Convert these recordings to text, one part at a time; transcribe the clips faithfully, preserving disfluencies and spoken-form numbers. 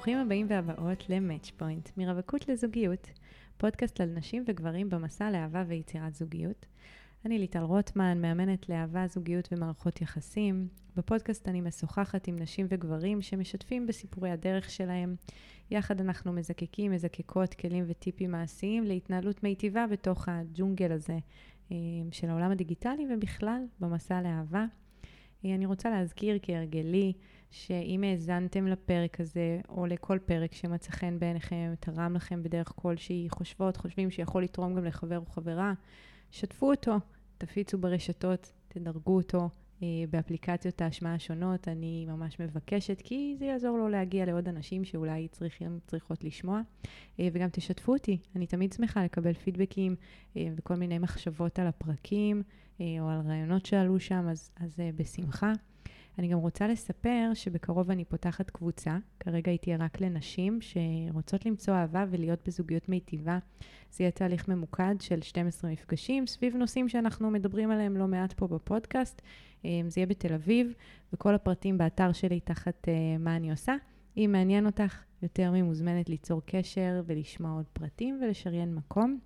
ברוכים הבאים והבאות ל-Match Point, מרווקות לזוגיות, פודקאסט על נשים וגברים במסע לאהבה ויצירת זוגיות. אני ליטל רוטמן, מאמנת לאהבה, זוגיות ומערכות יחסים. בפודקאסט אני משוחחת עם נשים וגברים שמשתפים בסיפורי הדרך שלהם. יחד אנחנו מזקקים, מזקקות, כלים וטיפים מעשיים להתנהלות מיטיבה בתוך הג'ונגל הזה של העולם הדיגיטלי ובכלל במסע לאהבה. אני רוצה להזכיר כהרגלי שאם האזנתם לפרק הזה או לכל פרק שמצא חן בעיניכם, תרם לכם בדרך כלשהי, חושבות, חושבים שיכול לתרום גם לחבר או חברה, שתפו אותו, תפיצו ברשתות, תדרגו אותו אה, באפליקציות ההשמעה השונות. אני ממש מבקשת כי זה יעזור לו להגיע לעוד אנשים שאולי צריכים, צריכות לשמוע, אה, וגם תשתפו אותי. אני תמיד שמחה לקבל פידבקים אה, וכל מיני מחשבות על הפרקים אה, או על רעיונות שעלו שם, אז, אז אה, בשמחה. אני גם רוצה לספר שבקרוב אני פותחת קבוצה, כרגע היא תהיה רק לנשים שרוצות למצוא אהבה ולהיות בזוגיות מיטיבה. זה יהיה תהליך ממוקד של שנים עשר מפגשים, סביב נושאים שאנחנו מדברים עליהם לא מעט פה בפודקאסט. זה יהיה בתל אביב, וכל הפרטים באתר שלי תחת מה אני עושה. אם מעניין אותך, יותר ממוזמנת ליצור קשר ולשמוע עוד פרטים ולשריין מקום.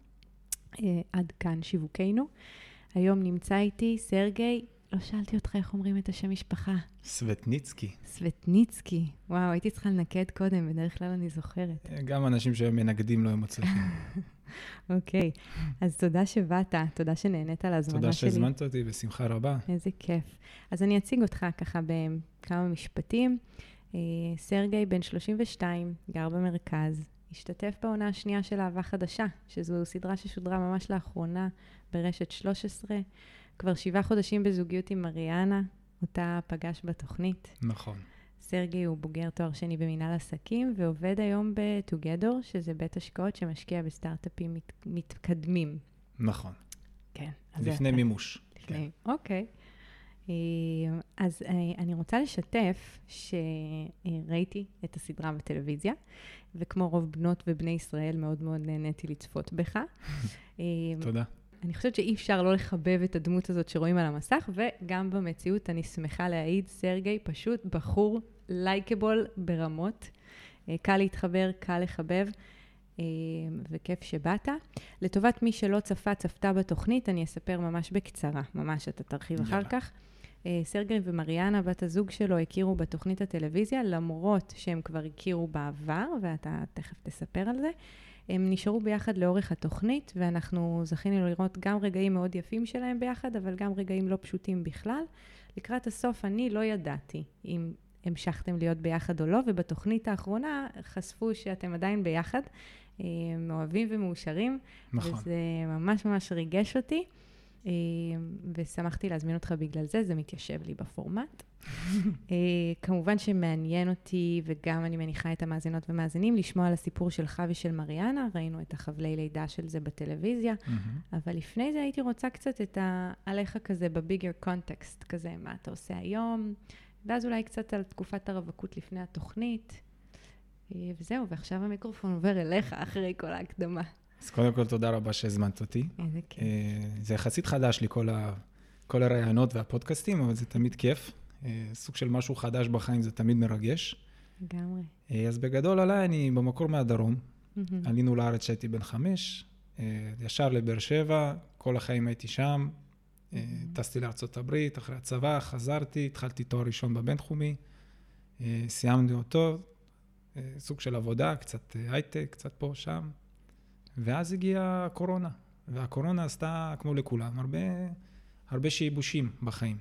עד כאן שיווקנו. היום נמצא איתי סרגי, לא שאלתי אותך איך אומרים את השם משפחה. סווטניצקי. סווטניצקי. וואו, הייתי צריכה לנקד קודם, בדרך כלל אני זוכרת. גם אנשים שמנגדים לא הם מצליחים. אוקיי, אז תודה שבאת, תודה שנהנית על הזמנה שלי. תודה שהזמנת אותי, בשמחה רבה. איזה כיף. אז אני אציג אותך ככה בכמה משפטים. סרגי בן שלושים ושתיים, גר במרכז, השתתף בעונה השנייה של אהבה חדשה, שזו סדרה ששודרה ממש לאחרונה ברשת שלוש עשרה. כבר שבעה חודשים בזוגיות עם מריאנה, אותה פגש בתוכנית. נכון. סרגי הוא בוגר תואר שני במנהל עסקים, ועובד היום ב-Together, שזה בית השקעות שמשקיע בסטארט-אפים מת, מתקדמים. נכון. כן. לפני מימוש. לפני, כן. אוקיי. אז אני רוצה לשתף שראיתי את הסדרה בטלוויזיה, וכמו רוב בנות ובני ישראל מאוד מאוד נהניתי לצפות בך. תודה. אני חושבת שאי אפשר לא לחבב את הדמות הזאת שרואים על המסך, וגם במציאות אני שמחה להעיד, סרגי פשוט בחור לייקבול ברמות. קל להתחבר, קל לחבב, וכיף שבאת. לטובת מי שלא צפה, צפתה בתוכנית, אני אספר ממש בקצרה, ממש אתה תרחיב אחר כך. סרגי ומריאנה, בת הזוג שלו, הכירו בתוכנית הטלוויזיה, למרות שהם כבר הכירו בעבר, ואתה תכף תספר על זה. הם נשארו ביחד לאורך התוכנית, ואנחנו זכינו לראות גם רגעים מאוד יפים שלהם ביחד, אבל גם רגעים לא פשוטים בכלל. לקראת הסוף אני לא ידעתי אם המשכתם להיות ביחד או לא, ובתוכנית האחרונה חשפו שאתם עדיין ביחד, מאוהבים ומאושרים, נכון. וזה ממש ממש ריגש אותי, ושמחתי להזמין אותך בגלל זה, זה מתיישב לי בפורמט. כמובן שמעניין אותי, וגם אני מניחה את המאזינות ומאזינים, לשמוע על הסיפור שלך ושל מריאנה, ראינו את החבלי לידה של זה בטלוויזיה, אבל לפני זה הייתי רוצה קצת את עליך כזה בביגר קונטקסט, כזה מה אתה עושה היום, ואז אולי קצת על תקופת הרווקות לפני התוכנית, וזהו, ועכשיו המיקרופון עובר אליך אחרי כל ההקדמה. אז קודם כל תודה רבה שהזמנת אותי. איזה כיף. זה יחסית חדש לי כל, ה... כל הרעיונות והפודקאסטים, אבל זה תמיד כיף. סוג של משהו חדש בחיים, זה תמיד מרגש. לגמרי. אז בגדול עליי, אני במקור מהדרום. עלינו לארץ שהייתי בן חמש, ישר לבאר שבע, כל החיים הייתי שם. טסתי לארצות הברית, אחרי הצבא, חזרתי, התחלתי תואר ראשון בבינתחומי, סיימתי אותו, סוג של עבודה, קצת הייטק, קצת פה, שם. ואז הגיעה הקורונה, והקורונה עשתה, כמו לכולם, הרבה, הרבה שיבושים בחיים.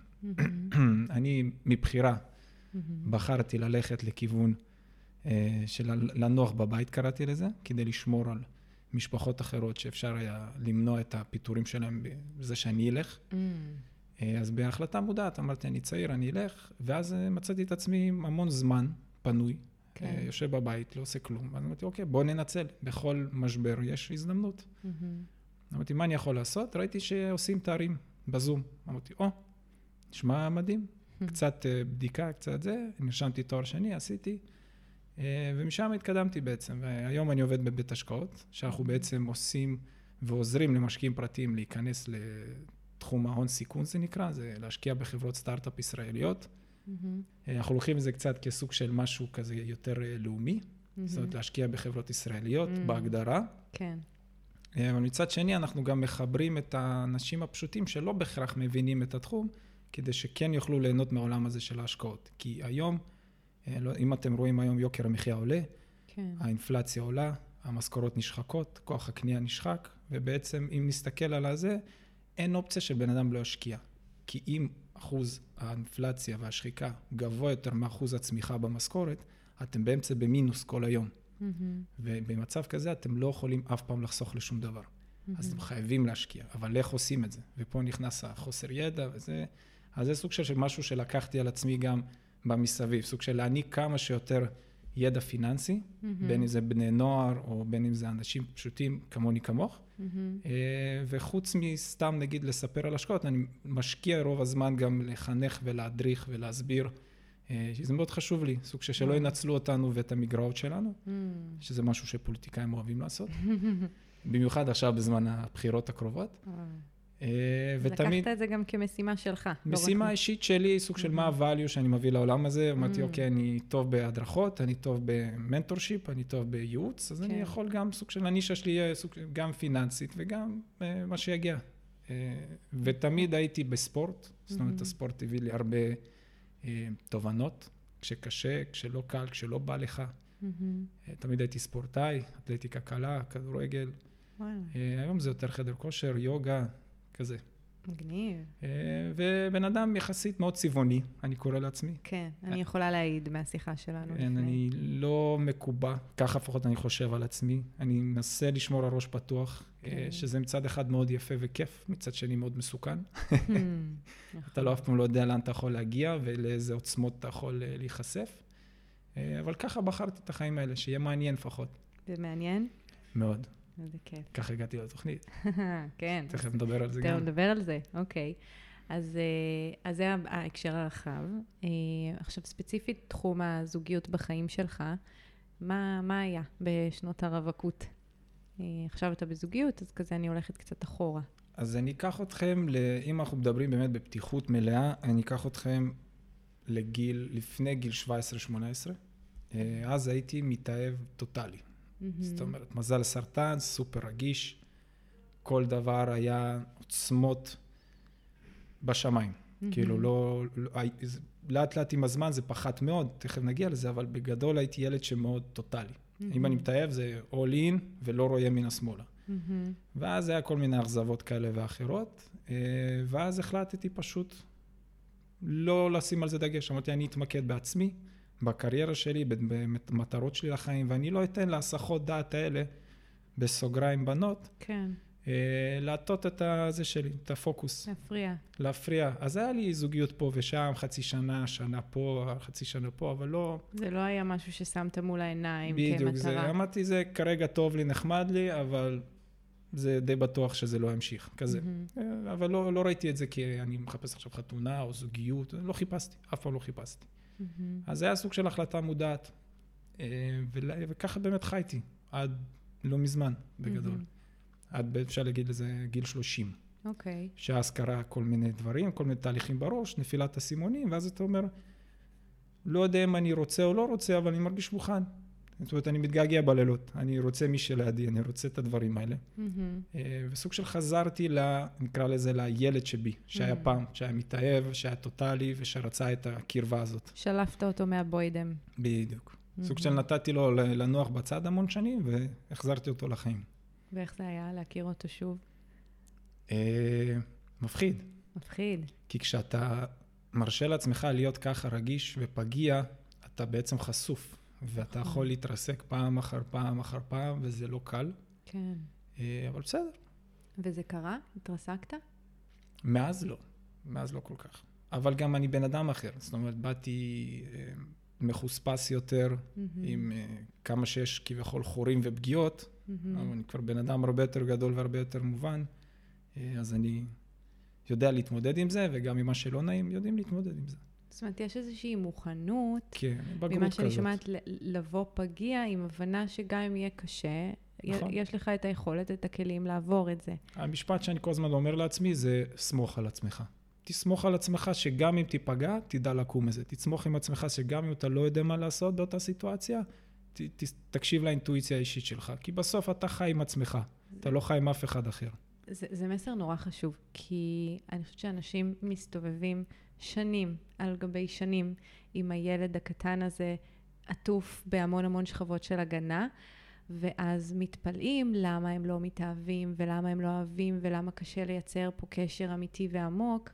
אני מבחירה בחרתי ללכת לכיוון של לנוח בבית, קראתי לזה, כדי לשמור על משפחות אחרות שאפשר היה למנוע את הפיתורים שלהם בזה שאני אלך. אז בהחלטה מודעת אמרתי, אני צעיר, אני אלך, ואז מצאתי את עצמי עם המון זמן פנוי, יושב בבית, לא עושה כלום. אז אמרתי, אוקיי, בוא ננצל. בכל משבר יש הזדמנות. אמרתי, מה אני יכול לעשות? ראיתי שעושים תארים בזום. אמרתי, או, נשמע מדהים. קצת בדיקה, קצת זה. נרשמתי תואר שני, עשיתי. ומשם התקדמתי בעצם. והיום אני עובד בבית השקעות, שאנחנו בעצם עושים ועוזרים למשקיעים פרטיים להיכנס לתחום ההון סיכון, זה נקרא. זה להשקיע בחברות סטארט-אפ ישראליות. אנחנו לוקחים את זה קצת כסוג של משהו כזה יותר לאומי, זאת אומרת, להשקיע בחברות ישראליות, בהגדרה. כן. אבל מצד שני, אנחנו גם מחברים את האנשים הפשוטים שלא בהכרח מבינים את התחום, כדי שכן יוכלו ליהנות מהעולם הזה של ההשקעות. כי היום, אם אתם רואים היום יוקר המחיה עולה, כן. האינפלציה עולה, המשכורות נשחקות, כוח הקנייה נשחק, ובעצם אם נסתכל על זה, אין אופציה שבן אדם לא ישקיע. כי אם אחוז האינפלציה והשחיקה גבוה יותר מאחוז הצמיחה במשכורת, אתם באמצע במינוס כל היום. Mm-hmm. ובמצב כזה אתם לא יכולים אף פעם לחסוך לשום דבר. Mm-hmm. אז אתם חייבים להשקיע, אבל איך עושים את זה? ופה נכנס החוסר ידע, וזה, אז זה סוג של משהו שלקחתי על עצמי גם במסביב, סוג של להעניק כמה שיותר ידע פיננסי, mm-hmm. בין אם זה בני נוער, או בין אם זה אנשים פשוטים כמוני כמוך, mm-hmm. וחוץ מסתם נגיד לספר על השקעות, אני משקיע רוב הזמן גם לחנך ולהדריך ולהסביר, שזה מאוד חשוב לי, סוג שלא ינצלו אותנו ואת המגרעות שלנו, mm. שזה משהו שפוליטיקאים אוהבים לעשות, במיוחד עכשיו בזמן הבחירות הקרובות. Mm. ותמיד... לקחת את זה גם כמשימה שלך. משימה לא אישית שלי, סוג של mm-hmm. מה ה-value שאני מביא לעולם הזה, אמרתי, mm. אוקיי, אני טוב בהדרכות, אני טוב במנטורשיפ, אני טוב בייעוץ, אז okay. אני יכול גם סוג של הנישה שלי, סוג, גם פיננסית וגם uh, מה שיגיע. Uh, ותמיד הייתי בספורט, mm-hmm. זאת אומרת, הספורט הביא לי הרבה... תובנות, כשקשה, כשלא קל, כשלא בא לך. Mm-hmm. תמיד הייתי ספורטאי, אתלטיקה קלה, כדורגל. Wow. היום זה יותר חדר כושר, יוגה, כזה. מגניב. ובן אדם יחסית מאוד צבעוני, אני קורא לעצמי. כן, אני יכולה להעיד מהשיחה שלנו. כן, אני לא מקובע, ככה לפחות אני חושב על עצמי. אני מנסה לשמור על ראש פתוח, שזה מצד אחד מאוד יפה וכיף, מצד שני מאוד מסוכן. אתה לא אף פעם לא יודע לאן אתה יכול להגיע, ולאיזה עוצמות אתה יכול להיחשף. אבל ככה בחרתי את החיים האלה, שיהיה מעניין לפחות. זה מעניין? מאוד. זה כיף. ככה הגעתי לתוכנית. כן. תכף נדבר על זה גם. נדבר על זה, אוקיי. אז, אז זה ההקשר הרחב. עכשיו, ספציפית תחום הזוגיות בחיים שלך, מה, מה היה בשנות הרווקות? עכשיו אתה בזוגיות, אז כזה אני הולכת קצת אחורה. אז אני אקח אתכם, אם אנחנו מדברים באמת בפתיחות מלאה, אני אקח אתכם לגיל, לפני גיל שבע עשרה שמונה עשרה. אז הייתי מתאהב טוטלי. זאת אומרת, מזל סרטן, סופר רגיש, כל דבר היה עוצמות בשמיים. כאילו לא, לאט לאט עם הזמן זה פחת מאוד, תכף נגיע לזה, אבל בגדול הייתי ילד שמאוד טוטלי. אם אני מתאהב זה all in ולא רואה מן השמאלה. ואז היה כל מיני אכזבות כאלה ואחרות, ואז החלטתי פשוט לא לשים על זה דגש. אמרתי, אני אתמקד בעצמי, בקריירה שלי, במטרות שלי לחיים, ואני לא אתן להסחות דעת האלה, בסוגריים בנות, כן. להטות את זה שלי, את הפוקוס. להפריע. להפריע. אז היה לי זוגיות פה ושם, חצי שנה, שנה פה, חצי שנה פה, אבל לא... זה לא היה משהו ששמת מול העיניים בדיוק, כמטרה. בדיוק, זה, אמרתי, זה כרגע טוב לי, נחמד לי, אבל זה די בטוח שזה לא ימשיך, כזה. Mm-hmm. אבל לא, לא ראיתי את זה כי אני מחפש עכשיו חתונה או זוגיות, לא חיפשתי, אף פעם לא חיפשתי. Mm-hmm. אז זה היה סוג של החלטה מודעת, וככה באמת חייתי, עד לא מזמן, בגדול. Mm-hmm. עד, אפשר להגיד לזה, גיל שלושים. אוקיי. Okay. שאז קרה כל מיני דברים, כל מיני תהליכים בראש, נפילת הסימונים, ואז אתה אומר, לא יודע אם אני רוצה או לא רוצה, אבל אני מרגיש מוכן. זאת אומרת, אני מתגעגע בלילות, אני רוצה מי שלידי, אני רוצה את הדברים האלה. Mm-hmm. וסוג של חזרתי, לה, נקרא לזה, לילד שבי, שהיה mm-hmm. פעם, שהיה מתאהב, שהיה טוטלי, ושרצה את הקרבה הזאת. שלפת אותו מהבוידם. בדיוק. Mm-hmm. סוג של נתתי לו לנוח בצד המון שנים, והחזרתי אותו לחיים. ואיך זה היה להכיר אותו שוב? אה, מפחיד. מפחיד. כי כשאתה מרשה לעצמך להיות ככה רגיש ופגיע, אתה בעצם חשוף. ואתה יכול להתרסק פעם אחר פעם אחר פעם, וזה לא קל. כן. אבל בסדר. וזה קרה? התרסקת? מאז לא. מאז לא כל כך. אבל גם אני בן אדם אחר. זאת אומרת, באתי מחוספס יותר, mm-hmm. עם כמה שיש כביכול חורים ופגיעות, mm-hmm. אבל אני כבר בן אדם הרבה יותר גדול והרבה יותר מובן, אז אני יודע להתמודד עם זה, וגם עם מה שלא נעים, יודעים להתמודד עם זה. זאת אומרת, יש איזושהי מוכנות, כן, בגרות ממה שאני כזאת. שומעת לבוא פגיע, עם הבנה שגם אם יהיה קשה, נכון. יש לך את היכולת, את הכלים לעבור את זה. המשפט שאני כל הזמן אומר לעצמי זה, סמוך על עצמך. תסמוך על עצמך שגם אם תיפגע, תדע לקום מזה. תסמוך עם עצמך שגם אם אתה לא יודע מה לעשות באותה סיטואציה, ת, ת, תקשיב לאינטואיציה האישית שלך, כי בסוף אתה חי עם עצמך, אתה לא חי עם אף אחד אחר. זה, זה מסר נורא חשוב, כי אני חושבת שאנשים מסתובבים שנים על גבי שנים עם הילד הקטן הזה, עטוף בהמון המון שכבות של הגנה, ואז מתפלאים למה הם לא מתאהבים, ולמה הם לא אוהבים, ולמה קשה לייצר פה קשר אמיתי ועמוק.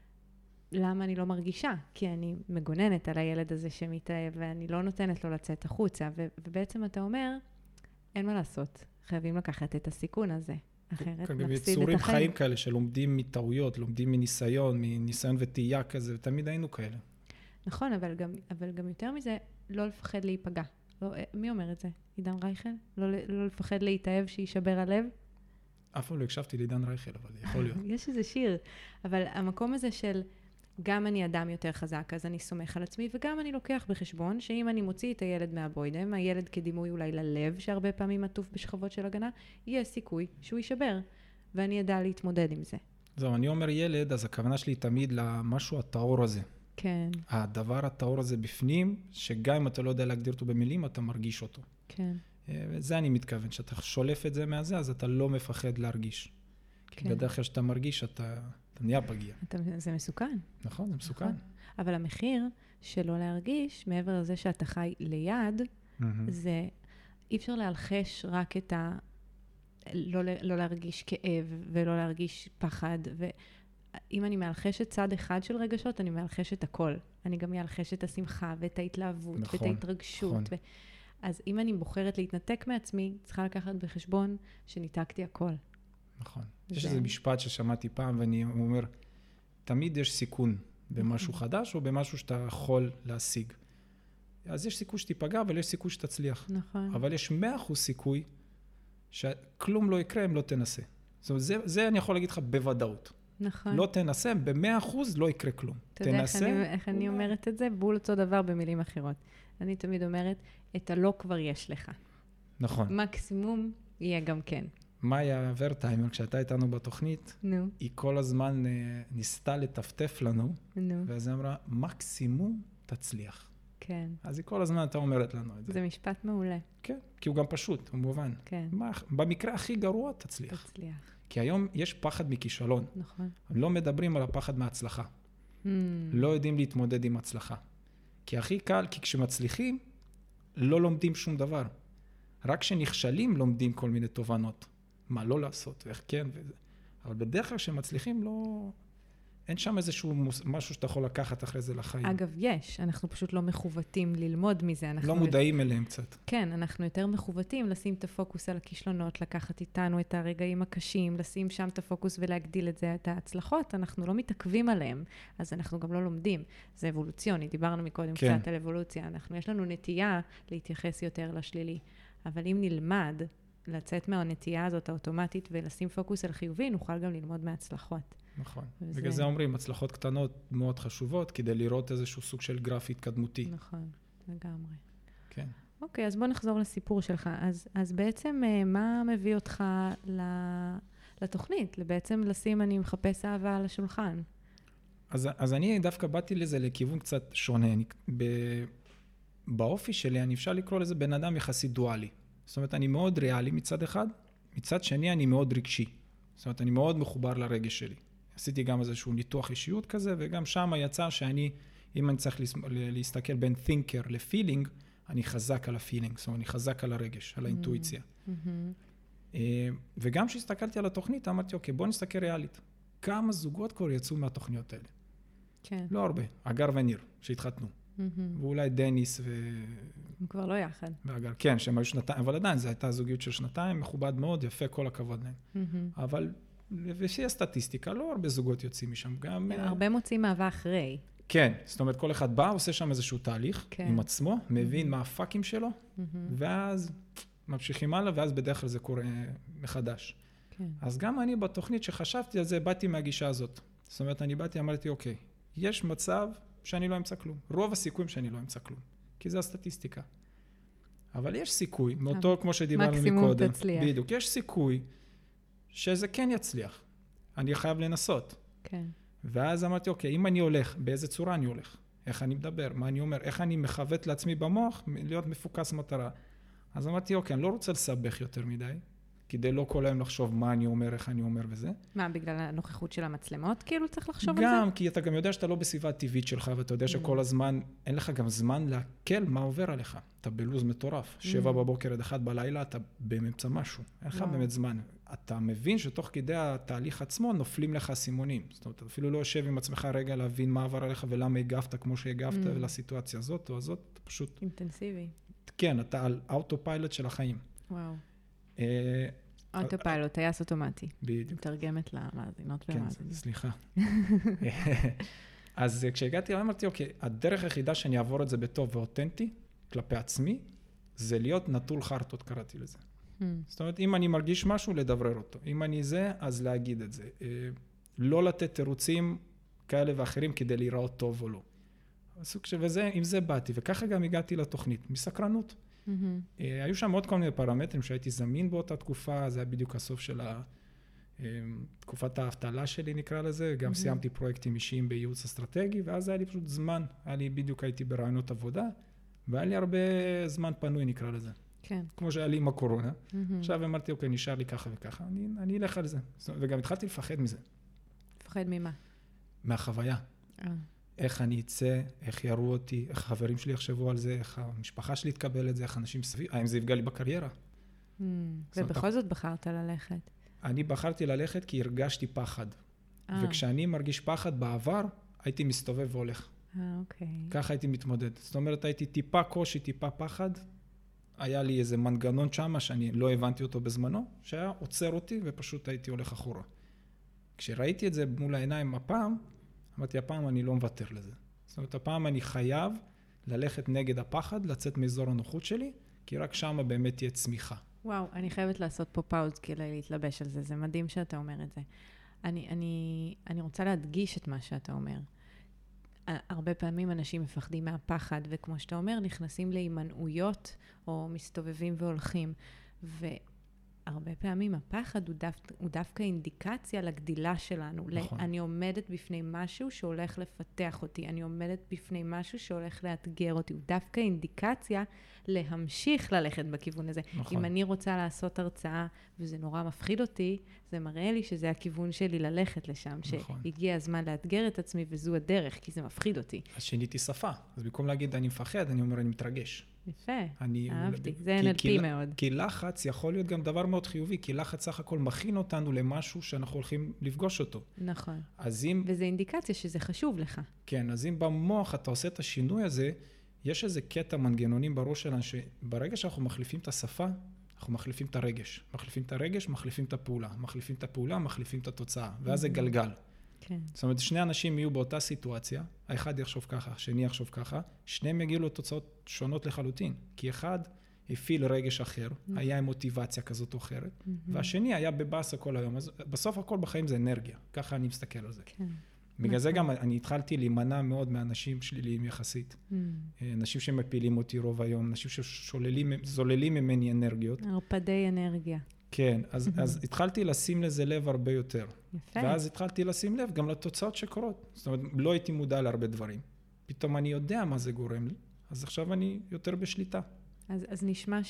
למה אני לא מרגישה? כי אני מגוננת על הילד הזה שמתאהב, ואני לא נותנת לו לצאת החוצה. ו- ובעצם אתה אומר, אין מה לעשות. חייבים לקחת את הסיכון הזה. אחרת נפסיד את החיים. יצורים חיים כאלה שלומדים מטעויות, לומדים מניסיון, מניסיון וטעייה כזה, ותמיד היינו כאלה. נכון, אבל גם, אבל גם יותר מזה, לא לפחד להיפגע. לא, מי אומר את זה? עידן רייכל? לא, לא לפחד להתאהב שישבר הלב? אף פעם לא הקשבתי לעידן רייכל, אבל יכול להיות. יש איזה שיר, אבל המקום הזה של גם אני אדם יותר חזק, אז אני סומך על עצמי, וגם אני לוקח בחשבון שאם אני מוציא את הילד מהבוידם, הילד כדימוי אולי ללב, שהרבה פעמים עטוף בשכבות של הגנה, יהיה סיכוי שהוא יישבר, ואני אדע להתמודד עם זה. זהו, אני אומר ילד, אז הכוונה שלי תמיד למשהו הטהור הזה. כן. הדבר הטהור הזה בפנים, שגם אם אתה לא יודע להגדיר אותו במילים, אתה מרגיש אותו. כן. וזה אני מתכוון, שאתה שולף את זה מהזה, אז אתה לא מפחד להרגיש. כן. כי בדרך כלל שאתה מרגיש, אתה, אתה נהיה פגיע. אתה, זה מסוכן. נכון, זה מסוכן. נכון. אבל המחיר שלא להרגיש, מעבר לזה שאתה חי ליד, mm-hmm. זה אי אפשר להלחש רק את ה... לא, לא להרגיש כאב ולא להרגיש פחד. ואם אני מאלחשת צד אחד של רגשות, אני מאלחשת הכל. אני גם מאלחשת את השמחה ואת ההתלהבות נכון, ואת ההתרגשות. נכון. ו... אז אם אני בוחרת להתנתק מעצמי, צריכה לקחת בחשבון שניתקתי הכל. נכון. זה... יש איזה משפט ששמעתי פעם, ואני אומר, תמיד יש סיכון במשהו חדש, או במשהו שאתה יכול להשיג. אז יש סיכוי שתיפגע, אבל יש סיכוי שתצליח. נכון. אבל יש מאה אחוז סיכוי שכלום לא יקרה אם לא תנסה. זאת אומרת, זה, זה אני יכול להגיד לך בוודאות. נכון. לא תנסה, במאה אחוז לא יקרה כלום. אתה יודע איך אני, איך אני אומרת את זה? בול אותו דבר במילים אחרות. אני תמיד אומרת, את הלא כבר יש לך. נכון. מקסימום יהיה גם כן. מאיה ורטהיימר, כשאתה איתנו בתוכנית, נו. היא כל הזמן ניסתה לטפטף לנו, נו. ואז היא אמרה, מקסימום תצליח. כן. אז היא כל הזמן הייתה אומרת לנו את זה. זה משפט מעולה. כן, כי הוא גם פשוט, הוא מובן. כן. מה, במקרה הכי גרוע תצליח. תצליח. כי היום יש פחד מכישלון. נכון. לא מדברים על הפחד מההצלחה. Mm. לא יודעים להתמודד עם הצלחה. כי הכי קל, כי כשמצליחים, לא לומדים שום דבר. רק כשנכשלים לומדים כל מיני תובנות. מה לא לעשות, ואיך כן וזה. אבל בדרך כלל כשמצליחים לא... אין שם איזשהו מוס... משהו שאתה יכול לקחת אחרי זה לחיים. אגב, יש. אנחנו פשוט לא מחוותים ללמוד מזה. אנחנו לא מודעים אליהם קצת. כן, אנחנו יותר מחוותים לשים את הפוקוס על הכישלונות, לקחת איתנו את הרגעים הקשים, לשים שם את הפוקוס ולהגדיל את זה, את ההצלחות. אנחנו לא מתעכבים עליהם, אז אנחנו גם לא לומדים. זה אבולוציוני. דיברנו מקודם כן. קצת על אבולוציה. אנחנו, יש לנו נטייה להתייחס יותר לשלילי. אבל אם נלמד לצאת מהנטייה הזאת האוטומטית ולשים פוקוס על חיובי, נוכל גם ללמוד מההצלחות. נכון. וזה... בגלל זה אומרים, הצלחות קטנות מאוד חשובות, כדי לראות איזשהו סוג של גרף התקדמותי. נכון, לגמרי. כן. אוקיי, אז בוא נחזור לסיפור שלך. אז, אז בעצם, מה מביא אותך לתוכנית? בעצם לשים, אני מחפש אהבה על השולחן. אז, אז אני דווקא באתי לזה לכיוון קצת שונה. אני, ב, באופי שלי, אני אפשר לקרוא לזה בן אדם יחסי דואלי. זאת אומרת, אני מאוד ריאלי מצד אחד, מצד שני אני מאוד רגשי. זאת אומרת, אני מאוד מחובר לרגש שלי. עשיתי גם איזשהו ניתוח אישיות כזה, וגם שם יצא שאני, אם אני צריך להסתכל בין thinker לפילינג, אני חזק על הפילינג, זאת אומרת, אני חזק על הרגש, על האינטואיציה. Mm-hmm. וגם כשהסתכלתי על התוכנית, אמרתי, אוקיי, בוא נסתכל ריאלית. כמה זוגות כבר יצאו מהתוכניות האלה? כן. לא הרבה. אגר וניר, שהתחתנו. Mm-hmm. ואולי דניס ו... הם כבר לא יחד. ואגר, כן, שהם היו שנתיים, אבל עדיין, זו הייתה זוגיות של שנתיים, מכובד מאוד, יפה, כל הכבוד להם. Mm-hmm. אבל... ושהיא הסטטיסטיקה, לא הרבה זוגות יוצאים משם, גם... הרבה מוצאים אהבה אחרי. כן, זאת אומרת, כל אחד בא, עושה שם איזשהו תהליך כן. עם עצמו, מבין mm-hmm. מה הפאקים שלו, mm-hmm. ואז ממשיכים הלאה, ואז בדרך כלל זה קורה מחדש. כן. אז גם אני בתוכנית שחשבתי על זה, באתי מהגישה הזאת. זאת אומרת, אני באתי, אמרתי, אוקיי, יש מצב שאני לא אמצא כלום. רוב הסיכויים שאני לא אמצא כלום, כי זה הסטטיסטיקה. אבל יש סיכוי, מאותו כמו שדיברנו מקודם. מקסימום תצליח. בדיוק, יש סיכוי שזה כן יצליח. אני חייב לנסות. כן. ואז אמרתי, אוקיי, אם אני הולך, באיזה צורה אני הולך? איך אני מדבר, מה אני אומר, איך אני מחוות לעצמי במוח, להיות מפוקס מטרה. אז אמרתי, אוקיי, אני לא רוצה לסבך יותר מדי, כדי לא כל היום לחשוב מה אני אומר, איך אני אומר וזה. מה, בגלל הנוכחות של המצלמות, כאילו צריך לחשוב על זה? גם, כי אתה גם יודע שאתה לא בסביבה טבעית שלך, ואתה יודע שכל הזמן, אין לך גם זמן להקל מה עובר עליך. אתה בלוז מטורף. שבע בבוקר עד אחד בלילה, אתה באמצע משהו. אין לך באמת זמן. אתה מבין שתוך כדי התהליך עצמו נופלים לך סימונים. זאת אומרת, אתה אפילו לא יושב עם עצמך רגע להבין מה עבר עליך ולמה הגבת כמו שהגבת לסיטואציה הזאת או הזאת. אתה פשוט... אינטנסיבי. כן, אתה על אוטופיילוט של החיים. וואו. אוטופיילוט, טייס אוטומטי. בדיוק. מתרגמת למאזינות ומאזינים. כן, סליחה. אז כשהגעתי, אמרתי, אוקיי, הדרך היחידה שאני אעבור את זה בטוב ואותנטי, כלפי עצמי, זה להיות נטול חרטות, קראתי לזה. זאת אומרת, אם אני מרגיש משהו, לדברר אותו. אם אני זה, אז להגיד את זה. לא לתת תירוצים כאלה ואחרים כדי להיראות טוב או לא. וזה, עם זה באתי, וככה גם הגעתי לתוכנית, מסקרנות. Mm-hmm. היו שם עוד כל מיני פרמטרים שהייתי זמין באותה תקופה, זה היה בדיוק הסוף של תקופת האבטלה שלי נקרא לזה, גם mm-hmm. סיימתי פרויקטים אישיים בייעוץ אסטרטגי, ואז היה לי פשוט זמן, היה לי בדיוק הייתי ברעיונות עבודה, והיה לי הרבה זמן פנוי נקרא לזה. כן. כמו שהיה לי עם הקורונה. Mm-hmm. עכשיו אמרתי, אוקיי, נשאר לי ככה וככה, אני, אני אלך על זה. וגם התחלתי לפחד מזה. לפחד ממה? מהחוויה. אה. איך אני אצא, איך יראו אותי, איך החברים שלי יחשבו על זה, איך המשפחה שלי תקבל את זה, איך אנשים סביב, האם זה יפגע לי בקריירה. Mm, ובכל זאת בחרת ללכת. אני בחרתי ללכת כי הרגשתי פחד. אה. וכשאני מרגיש פחד בעבר, הייתי מסתובב והולך. אה, אוקיי. ככה הייתי מתמודד. זאת אומרת, הייתי טיפה קושי, טיפה פחד. היה לי איזה מנגנון שמה שאני לא הבנתי אותו בזמנו, שהיה עוצר אותי ופשוט הייתי הולך אחורה. כשראיתי את זה מול העיניים הפעם, אמרתי, הפעם אני לא מוותר לזה. זאת אומרת, הפעם אני חייב ללכת נגד הפחד, לצאת מאזור הנוחות שלי, כי רק שם באמת תהיה צמיחה. וואו, אני חייבת לעשות פה פאוז כדי להתלבש על זה. זה מדהים שאתה אומר את זה. אני, אני, אני רוצה להדגיש את מה שאתה אומר. הרבה פעמים אנשים מפחדים מהפחד, וכמו שאתה אומר, נכנסים להימנעויות או מסתובבים והולכים. והרבה פעמים הפחד הוא, דו, הוא דווקא אינדיקציה לגדילה שלנו. נכון. אני עומדת בפני משהו שהולך לפתח אותי. אני עומדת בפני משהו שהולך לאתגר אותי. הוא דווקא אינדיקציה להמשיך ללכת בכיוון הזה. נכון. אם אני רוצה לעשות הרצאה, וזה נורא מפחיד אותי, זה מראה לי שזה הכיוון שלי ללכת לשם, נכון. שהגיע הזמן לאתגר את עצמי, וזו הדרך, כי זה מפחיד אותי. אז שיניתי שפה. אז במקום להגיד אני מפחד, אני אומר אני מתרגש. יפה, אני, אהבתי. זה אן אל פי מאוד. כי לחץ יכול להיות גם דבר מאוד חיובי, כי לחץ סך הכל מכין אותנו למשהו שאנחנו הולכים לפגוש אותו. נכון. אז אם... וזה אינדיקציה שזה חשוב לך. כן, אז אם במוח אתה עושה את השינוי הזה, יש איזה קטע מנגנונים בראש שלנו, שברגע שאנחנו מחליפים את השפה, אנחנו מחליפים את הרגש. מחליפים את הרגש, מחליפים את הפעולה. מחליפים את הפעולה, מחליפים את התוצאה. ואז זה גלגל. כן. זאת אומרת, שני אנשים יהיו באותה סיטואציה, האחד יחשוב ככה, השני יחשוב ככה, שניהם יגיעו לתוצאות שונות לחלוטין. כי אחד הפעיל רגש אחר, היה עם מוטיבציה כזאת או אחרת, והשני היה בבאסה כל היום. אז בסוף הכל בחיים זה אנרגיה. ככה אני מסתכל על זה. כן. בגלל זה גם אני התחלתי להימנע מאוד מאנשים שליליים יחסית. אנשים שמפילים אותי רוב היום, אנשים שזוללים ממני אנרגיות. הרפדי אנרגיה. כן, אז, אז התחלתי לשים לזה לב הרבה יותר. יפה. ואז התחלתי לשים לב גם לתוצאות שקורות. זאת אומרת, לא הייתי מודע להרבה דברים. פתאום אני יודע מה זה גורם לי, אז עכשיו אני יותר בשליטה. אז, אז נשמע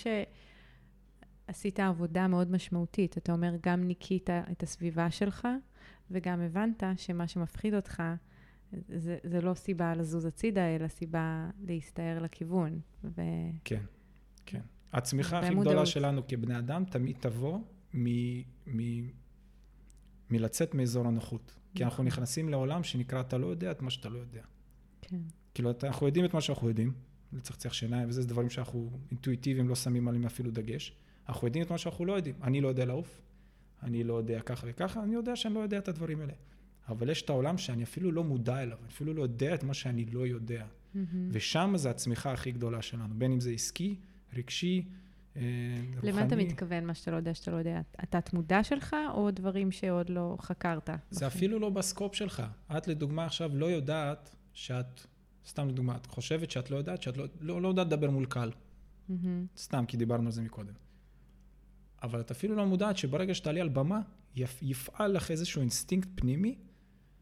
שעשית עבודה מאוד משמעותית. אתה אומר, גם ניקית את הסביבה שלך, וגם הבנת שמה שמפחיד אותך, זה, זה לא סיבה לזוז הצידה, אלא סיבה להסתער לכיוון. ו... כן, כן. הצמיחה הכי גדולה שלנו כבני אדם תמיד תבוא מ- מ- מלצאת מאזור הנוחות. כי אנחנו נכנסים לעולם שנקרא, אתה לא יודע את מה שאתה לא יודע. כן. כאילו, אנחנו יודעים את מה שאנחנו יודעים, לצחצח שיניים, וזה דברים שאנחנו אינטואיטיביים, לא שמים עליהם אפילו דגש. אנחנו יודעים את מה שאנחנו לא יודעים. אני לא יודע לעוף, אני לא יודע ככה וככה, אני יודע שאני לא יודע את הדברים האלה. אבל יש את העולם שאני אפילו לא מודע אליו, אפילו לא יודע את מה שאני לא יודע. ושם זה הצמיחה הכי גדולה שלנו, בין אם זה עסקי, רגשי, רוחני. למה אתה מתכוון מה שאתה לא יודע, שאתה לא יודע? התת מודע שלך או דברים שעוד לא חקרת? זה אפילו לא בסקופ שלך. את לדוגמה עכשיו לא יודעת שאת, סתם לדוגמה, את חושבת שאת לא יודעת, שאת לא, לא, לא יודעת לדבר מול קהל. סתם, כי דיברנו על זה מקודם. אבל את אפילו לא מודעת שברגע שתעלי על במה, יפעל לך איזשהו אינסטינקט פנימי,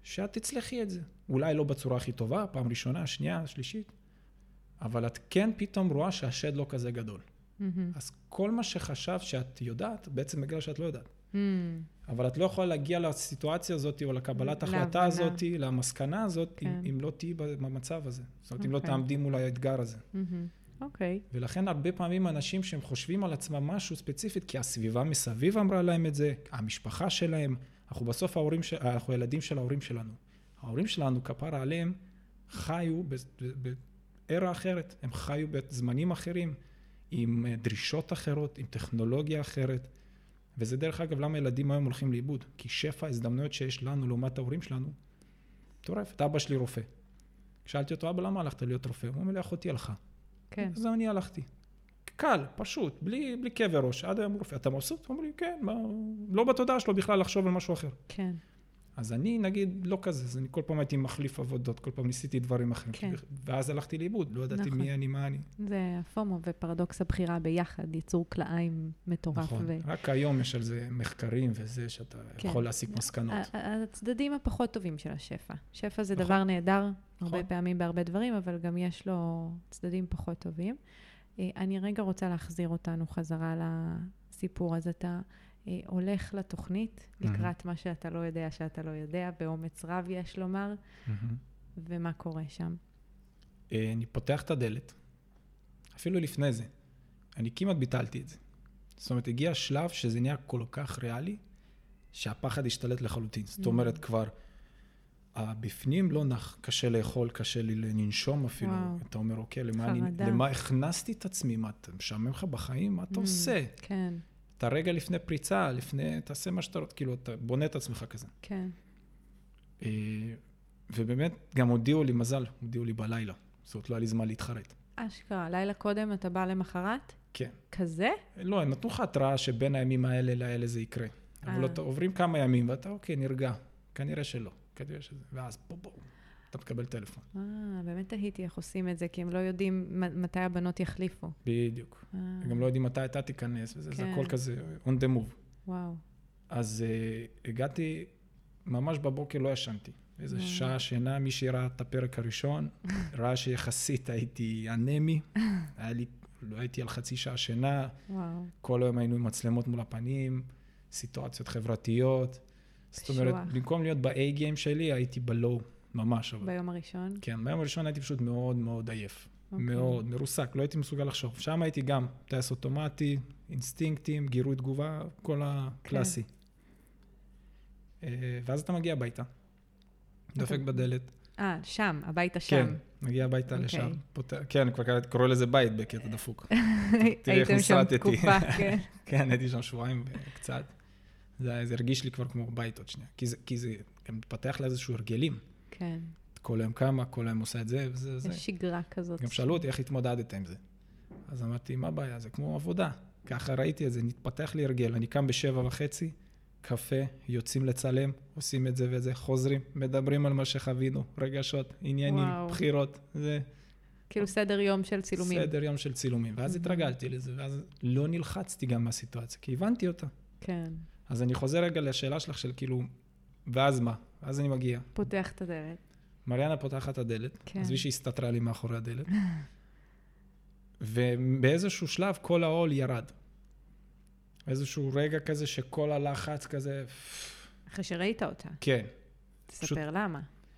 שאת תצלחי את זה. אולי לא בצורה הכי טובה, פעם ראשונה, שנייה, שלישית, אבל את כן פתאום רואה שהשד לא כזה גדול. Mm-hmm. אז כל מה שחשב שאת יודעת, בעצם מגלה שאת לא יודעת. Mm-hmm. אבל את לא יכולה להגיע לסיטואציה הזאת, או לקבלת ההחלטה הזאת, למסקנה הזאת, כן. אם, אם לא תהיי במצב הזה. זאת אומרת, okay. אם לא תעמדי מול האתגר הזה. Mm-hmm. אוקיי. Okay. ולכן הרבה פעמים אנשים שהם חושבים על עצמם משהו ספציפית, כי הסביבה מסביב אמרה להם את זה, המשפחה שלהם, אנחנו בסוף ההורים, של, אנחנו ילדים של ההורים שלנו. ההורים שלנו, כפרה עליהם, חיו בערה אחרת. הם חיו בזמנים אחרים, עם דרישות אחרות, עם טכנולוגיה אחרת. וזה דרך אגב למה ילדים היום הולכים לאיבוד. כי שפע ההזדמנויות שיש לנו לעומת ההורים שלנו, טורף. אבא שלי רופא. שאלתי אותו, אבא, למה הלכת להיות רופא? הוא אומר לי, אחותי הלכה. כן. אז אני הלכתי. קל, פשוט, בלי, בלי כאבי ראש. עד היום רופא. אתה מבסוט? הוא אומר לי, כן, מה, לא בתודעה שלו בכלל לחשוב על משהו אחר. כן. אז אני, נגיד, לא כזה. אז אני כל פעם הייתי מחליף עבודות, כל פעם ניסיתי דברים אחרים. כן. ואז הלכתי לאיבוד. לא ידעתי נכון. מי אני, מה אני. זה הפומו ופרדוקס הבחירה ביחד, ייצור כלאיים מטורף. נכון. ו... רק היום יש על זה מחקרים וזה שאתה כן. יכול להסיק מסקנות. הצדדים הפחות טובים של השפע. שפע זה נכון. דבר נהדר, נכון. הרבה פעמים בהרבה דברים, אבל גם יש לו צדדים פחות טובים. אני רגע רוצה להחזיר אותנו חזרה לסיפור, אז אתה הולך לתוכנית, לקראת מה שאתה לא יודע שאתה לא יודע, באומץ רב יש לומר, ומה קורה שם? אני פותח את הדלת, אפילו לפני זה, אני כמעט ביטלתי את זה. זאת אומרת, הגיע שלב שזה נהיה כל כך ריאלי, שהפחד השתלט לחלוטין. זאת אומרת, כבר הבפנים לא נח, קשה לאכול, קשה לי לנשום אפילו. וואו. אתה אומר, אוקיי, למה, אני, למה הכנסתי את עצמי? מה, אתה משעמם לך בחיים? מה אתה mm, עושה? כן. אתה רגע לפני פריצה, לפני, תעשה מה שאתה רוצה, כאילו, אתה בונה את עצמך כזה. כן. ובאמת, גם הודיעו לי, מזל, הודיעו לי בלילה. זאת אומרת, לא היה לי זמן להתחרט. אשכרה, לילה קודם אתה בא למחרת? כן. כזה? לא, הם נתנו לך התראה שבין הימים האלה לאלה זה יקרה. אבל אתה עוברים כמה ימים, ואתה, אוקיי, נרגע. כנראה שלא. כנראה שזה, ואז בוא בוא, אתה מקבל טלפון. אה, באמת תהיתי איך עושים את זה, כי הם לא יודעים מתי הבנות יחליפו. בדיוק. גם לא יודעים מתי אתה תיכנס, וזה זה הכל כזה on the move. וואו. אז הגעתי, ממש בבוקר לא ישנתי. איזו שעה שינה, מי שראה את הפרק הראשון, ראה שיחסית הייתי אנמי, היה לי, לא הייתי על חצי שעה שינה, כל היום היינו עם מצלמות מול הפנים, סיטואציות חברתיות, זאת אומרת, במקום להיות ב-A game שלי, הייתי ב-low, ממש. ביום הראשון? כן, ביום הראשון הייתי פשוט מאוד מאוד עייף. מאוד, מרוסק, לא הייתי מסוגל לחשוב. שם הייתי גם טייס אוטומטי, אינסטינקטים, גירוי תגובה, כל הקלאסי. ואז אתה מגיע הביתה, דופק בדלת. אה, שם, הביתה שם. כן, מגיע הביתה לשם. כן, אני כבר קורא לזה בית בקטע דפוק. הייתם שם תקופה, כן. כן, הייתי שם שבועיים קצת. זה הרגיש לי כבר כמו בית עוד שנייה. כי זה גם מתפתח לאיזשהו הרגלים. כן. כל היום קמה, כל היום עושה את זה, וזה, זה. יש שגרה כזאת. גם שאלו אותי איך התמודדת עם זה. אז אמרתי, מה הבעיה? זה כמו עבודה. ככה ראיתי את זה, נתפתח לי הרגל. אני קם בשבע וחצי, קפה, יוצאים לצלם, עושים את זה ואת זה, חוזרים, מדברים על מה שחווינו, רגשות, עניינים, וואו. בחירות, זה. כאילו סדר יום של צילומים. סדר יום של צילומים. ואז התרגלתי לזה, ואז לא נלחצתי גם מהסיטואציה, כי הבנתי אותה. כן. אז אני חוזר רגע לשאלה שלך של כאילו, ואז מה? ואז אני מגיע. פותח את הדלת. מריאנה פותחת את הדלת, כן. אז שהיא הסתתרה לי מאחורי הדלת. ובאיזשהו שלב כל העול ירד. איזשהו רגע כזה שכל הלחץ כזה... אחרי שראית אותה. כן. תספר פשוט... למה.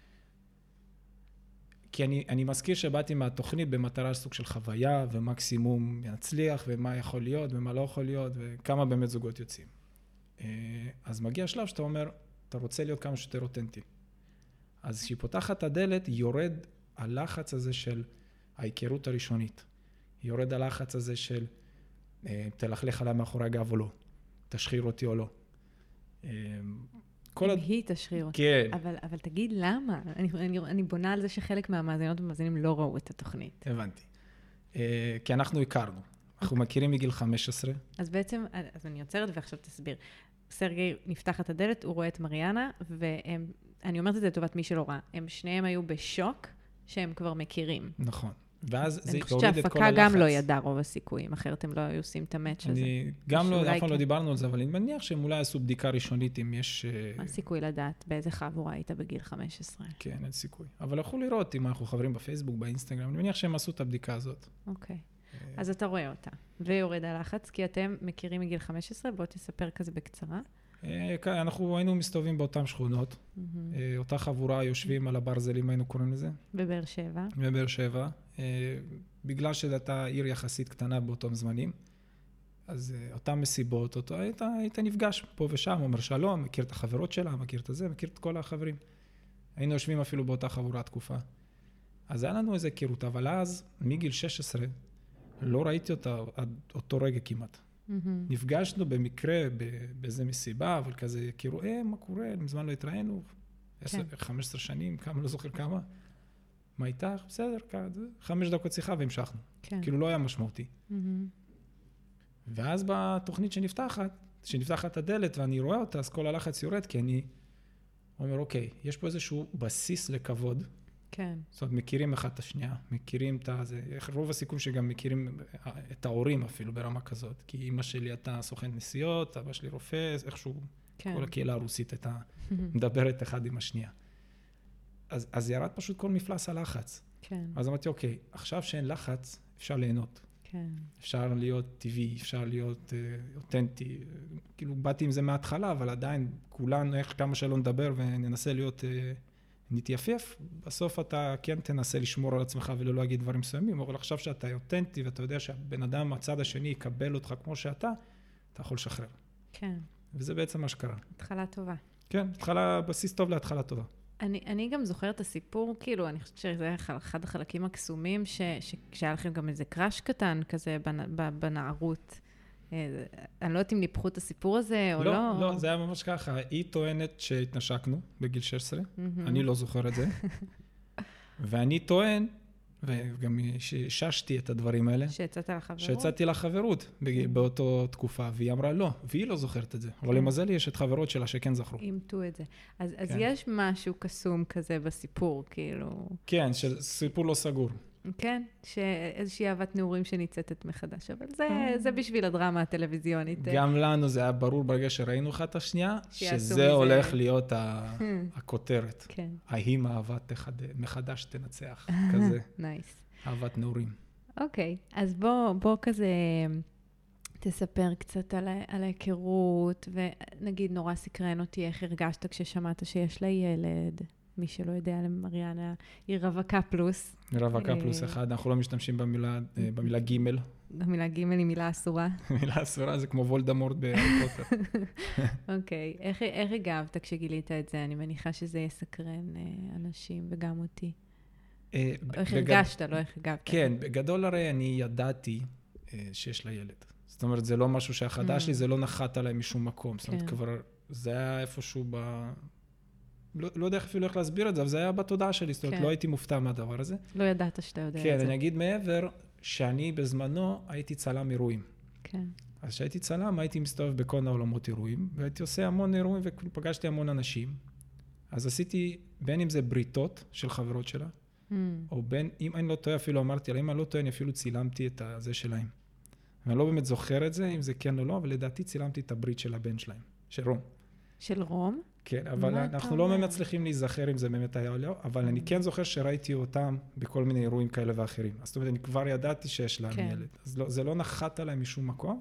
כי אני, אני מזכיר שבאתי מהתוכנית במטרה סוג של חוויה, ומקסימום יצליח, ומה יכול להיות, ומה לא יכול להיות, וכמה באמת זוגות יוצאים. אז מגיע שלב שאתה אומר, אתה רוצה להיות כמה שיותר אותנטי. אז כשהיא פותחת את הדלת, יורד הלחץ הזה של ההיכרות הראשונית. יורד הלחץ הזה של תלכלך עליי מאחורי הגב או לא, תשחיר אותי או לא. אם הד... היא תשחיר אותי. כן. אבל, אבל תגיד למה? אני, אני, אני בונה על זה שחלק מהמאזינות ומאזינים לא ראו את התוכנית. הבנתי. כי אנחנו הכרנו. אנחנו מכירים מגיל חמש עשרה. אז בעצם, אז אני יוצרת ועכשיו תסביר. סרגי נפתח את הדלת, הוא רואה את מריאנה, ואני אומרת את זה לטובת מי שלא ראה. הם שניהם היו בשוק שהם כבר מכירים. נכון. ואז זה אני יוריד חושבת את כל שהפקה הלחץ. גם לא ידע רוב הסיכויים, אחרת הם לא היו עושים את המאץ' הזה. אני גם לא, שאולי אף פעם לא כן. דיברנו על זה, אבל אני מניח שהם אולי עשו בדיקה ראשונית אם יש... מה הסיכוי לדעת באיזה חבורה היית בגיל חמש עשרה? כן, אין סיכוי. אבל יכולו לראות אם אנחנו חברים בפייסבוק, באינסטגרם, אני מניח שהם עשו את הבדיקה הזאת. אוקיי. אז אתה רואה אותה, ויורד הלחץ, כי אתם מכירים מגיל חמש עשרה, בוא תספר כזה בקצרה. אנחנו היינו מסתובבים באותן שכונות, אותה חבורה יושבים על הברזלים, היינו קוראים לזה. בבאר שבע. בבאר שבע. בגלל שזאתה עיר יחסית קטנה באותם זמנים, אז אותם מסיבות, אותו, היית, היית נפגש פה ושם, אומר שלום, מכיר את החברות שלה, מכיר את זה, מכיר את כל החברים. היינו יושבים אפילו באותה חבורה תקופה. אז היה לנו איזה היכרות, אבל אז, מגיל שש עשרה, לא ראיתי אותה עד אותו רגע כמעט. Mm-hmm. נפגשנו במקרה באיזה מסיבה, אבל כזה, כאילו, אה, מה קורה? מזמן לא התראינו. כן. חמש עשרה שנים, כמה, לא זוכר כמה. מה איתך? בסדר, חמש דקות שיחה והמשכנו. כן. כאילו לא היה משמעותי. Mm-hmm. ואז בתוכנית שנפתחת, שנפתחת הדלת ואני רואה אותה, אז כל הלחץ יורד, כי אני אומר, אוקיי, יש פה איזשהו בסיס לכבוד. כן. זאת אומרת, מכירים אחד את השנייה, מכירים את זה, רוב הסיכום שגם מכירים את ההורים אפילו ברמה כזאת, כי אמא שלי הייתה סוכן נסיעות, אבא שלי רופא, איכשהו, כן. כל הקהילה הרוסית הייתה מדברת אחד עם השנייה. אז, אז ירד פשוט כל מפלס הלחץ. כן. אז אמרתי, אוקיי, עכשיו שאין לחץ, אפשר ליהנות. כן. אפשר להיות טבעי, אפשר להיות uh, אותנטי. כאילו, באתי עם זה מההתחלה, אבל עדיין כולנו, איך כמה שלא נדבר וננסה להיות... Uh, נתייפף, בסוף אתה כן תנסה לשמור על עצמך ולא להגיד דברים מסוימים, אבל עכשיו שאתה אותנטי ואתה יודע שהבן אדם מהצד השני יקבל אותך כמו שאתה, אתה יכול לשחרר. כן. וזה בעצם מה שקרה. התחלה טובה. כן, התחלה, בסיס טוב להתחלה טובה. אני, אני גם זוכרת את הסיפור, כאילו, אני חושבת שזה היה אחד החלקים הקסומים, שהיה לכם גם איזה קראש קטן כזה בנערות. אני לא יודעת אם ניפחו את הסיפור הזה או לא. לא, לא, זה היה ממש ככה. היא טוענת שהתנשקנו בגיל שש עשרה. אני לא זוכר את זה. ואני טוען, וגם שששתי את הדברים האלה. שיצאת לחברות? שיצאתי לחברות באותו תקופה, והיא אמרה לא, והיא לא זוכרת את זה. אבל למזל יש את חברות שלה שכן זכרו. אימתו את זה. אז יש משהו קסום כזה בסיפור, כאילו... כן, סיפור לא סגור. כן, שאיזושהי אהבת נעורים שניצתת מחדש, אבל זה, זה בשביל הדרמה הטלוויזיונית. גם לנו זה היה ברור ברגע שראינו אחד את השנייה, שזה הולך להיות הכותרת. כן. ההיא אהבת מחדש תנצח, כזה. נייס. אהבת נעורים. אוקיי, אז בוא, בוא כזה תספר קצת על, על ההיכרות, ונגיד נורא סקרן אותי איך הרגשת כששמעת שיש לה ילד. מי שלא יודע, למריאנה, היא רווקה פלוס. היא רווקה פלוס אחד, אנחנו לא משתמשים במילה, במילה גימל. המילה גימל היא מילה אסורה. מילה אסורה, זה כמו וולדמורט בהארי פוטר. אוקיי, איך, איך הגבת כשגילית את זה? אני מניחה שזה יסקרן אנשים וגם אותי. איך הרגשת, לא איך הגבת? כן, בגדול הרי אני ידעתי שיש לה ילד. זאת אומרת, זה לא משהו שהחדש לי, זה לא נחת עליי משום מקום. זאת אומרת, כבר זה היה איפשהו ב... לא, לא יודע אפילו איך להסביר את זה, אבל זה היה בתודעה שלי, זאת אומרת, כן. לא הייתי מופתע מהדבר הזה. לא ידעת שאתה יודע כן, את זה. כן, אני אגיד מעבר, שאני בזמנו הייתי צלם אירועים. כן. אז כשהייתי צלם, הייתי מסתובב בכל העולמות אירועים, והייתי עושה המון אירועים ופגשתי המון אנשים. אז עשיתי, בין אם זה בריתות של חברות שלה, mm. או בין, אם אני לא טועה, אפילו אמרתי לה, אם אני לא טועה, אני אפילו צילמתי את זה שלהם. ואני לא באמת זוכר את זה, אם זה כן או לא, אבל לדעתי צילמתי את הברית של הבן שלהם, של רום. של רום? כן, אבל אנחנו לא מצליחים להיזכר אם זה באמת היה או לא, אבל אני כן זוכר שראיתי אותם בכל מיני אירועים כאלה ואחרים. אז זאת אומרת, אני כבר ידעתי שיש להם ילד. אז זה לא נחת עליהם משום מקום,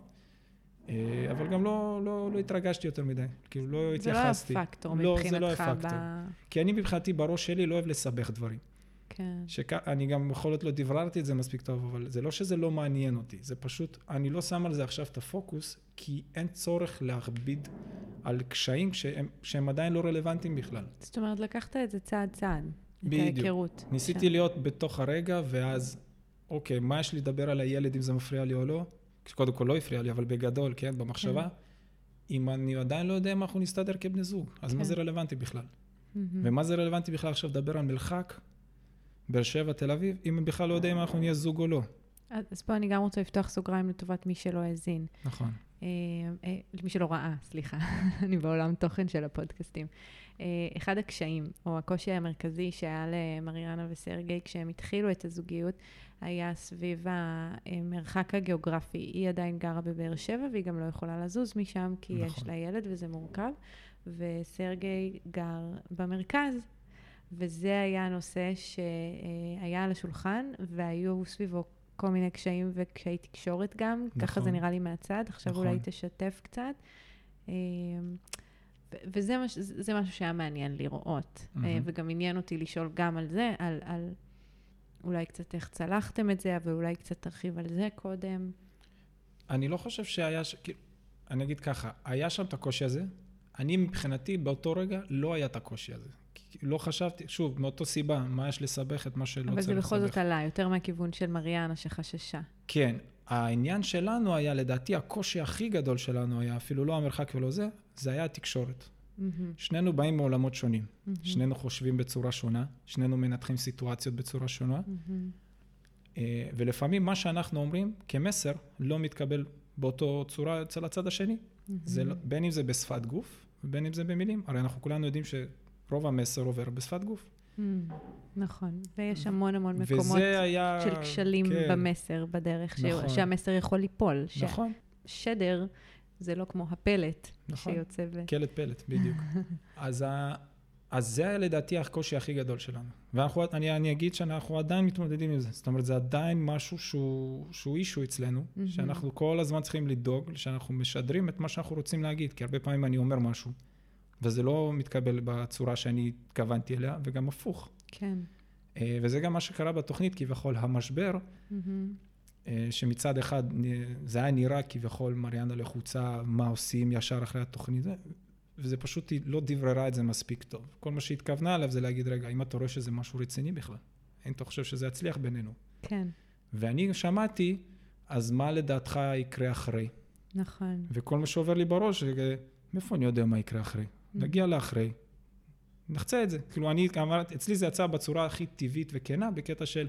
אבל גם לא התרגשתי יותר מדי. כאילו, לא התייחסתי. זה לא היה פקטור מבחינתך. לא, זה לא היה פקטור. כי אני מבחינתי בראש שלי לא אוהב לסבך דברים. כן. אני גם יכול להיות לא דבררתי את זה מספיק טוב, אבל זה לא שזה לא מעניין אותי. זה פשוט, אני לא שם על זה עכשיו את הפוקוס, כי אין צורך להכביד על קשיים שהם, שהם עדיין לא רלוונטיים בכלל. זאת אומרת, לקחת את זה צעד צעד. בדיוק. את ההיכרות. ניסיתי שם. להיות בתוך הרגע, ואז, אוקיי, מה יש לי לדבר על הילד, אם זה מפריע לי או לא? קודם כל לא הפריע לי, אבל בגדול, כן, במחשבה. כן. אם אני עדיין לא יודע מה אנחנו נסתדר כבני זוג, אז כן. מה זה רלוונטי בכלל? Mm-hmm. ומה זה רלוונטי בכלל עכשיו לדבר על מלחק? באר שבע, תל אביב, אם הם בכלל לא יודעים אם אנחנו נהיה זוג או לא. אז פה אני גם רוצה לפתוח סוגריים לטובת מי שלא האזין. נכון. למי שלא ראה, סליחה, אני בעולם תוכן של הפודקאסטים. אחד הקשיים, או הקושי המרכזי שהיה למריאנה וסרגי כשהם התחילו את הזוגיות, היה סביב המרחק הגיאוגרפי. היא עדיין גרה בבאר שבע, והיא גם לא יכולה לזוז משם, כי נכון. יש לה ילד וזה מורכב. וסרגי גר במרכז, וזה היה הנושא שהיה על השולחן, והיו סביבו כל מיני קשיים וקשיי תקשורת גם, נכון. ככה זה נראה לי מהצד, עכשיו נכון. אולי תשתף קצת. וזה מש, זה משהו שהיה מעניין לראות, mm-hmm. וגם עניין אותי לשאול גם על זה, על, על אולי קצת איך צלחתם את זה, אבל אולי קצת תרחיב על זה קודם. אני לא חושב שהיה, ש... אני אגיד ככה, היה שם את הקושי הזה, אני מבחינתי באותו רגע לא היה את הקושי הזה. לא חשבתי, שוב, מאותו סיבה, מה יש לסבך את מה שלא צריך לסבך. אבל זה בכל זאת עלה, יותר מהכיוון של מריאנה שחששה. כן, העניין שלנו היה, לדעתי, הקושי הכי גדול שלנו היה, אפילו לא המרחק ולא זה, זה היה התקשורת. Mm-hmm. שנינו באים מעולמות שונים. Mm-hmm. שנינו חושבים בצורה שונה, שנינו מנתחים סיטואציות בצורה שונה, mm-hmm. ולפעמים מה שאנחנו אומרים כמסר לא מתקבל באותו צורה אצל הצד השני. Mm-hmm. זה, בין אם זה בשפת גוף, ובין אם זה במילים. הרי אנחנו כולנו יודעים שרוב המסר עובר בשפת גוף. Mm, נכון, ויש המון המון מקומות היה, של כשלים כן, במסר, בדרך, נכון. ש, שהמסר יכול ליפול. נכון. שדר זה לא כמו הפלט נכון. שיוצא ו... קלט פלט, בדיוק. אז, ה, אז זה היה לדעתי הקושי הכי גדול שלנו. ואני אני אגיד שאנחנו עדיין מתמודדים עם זה. זאת אומרת, זה עדיין משהו שהוא, שהוא אישו אצלנו, mm-hmm. שאנחנו כל הזמן צריכים לדאוג, שאנחנו משדרים את מה שאנחנו רוצים להגיד, כי הרבה פעמים אני אומר משהו, וזה לא מתקבל בצורה שאני התכוונתי אליה, וגם הפוך. כן. וזה גם מה שקרה בתוכנית, כביכול המשבר, mm-hmm. שמצד אחד זה היה נראה כביכול מריאנה לחוצה, מה עושים ישר אחרי התוכנית, וזה פשוט לא דבררה את זה מספיק טוב. כל מה שהתכוונה עליו זה להגיד, רגע, אם אתה רואה שזה משהו רציני בכלל, אם אתה חושב שזה יצליח בינינו. כן. ואני שמעתי, אז מה לדעתך יקרה אחרי? נכון. וכל מה שעובר לי בראש, מאיפה אני יודע מה יקרה אחרי? נגיע לאחרי, נחצה את זה. כאילו אני אמרתי, אצלי זה יצא בצורה הכי טבעית וכנה, בקטע של,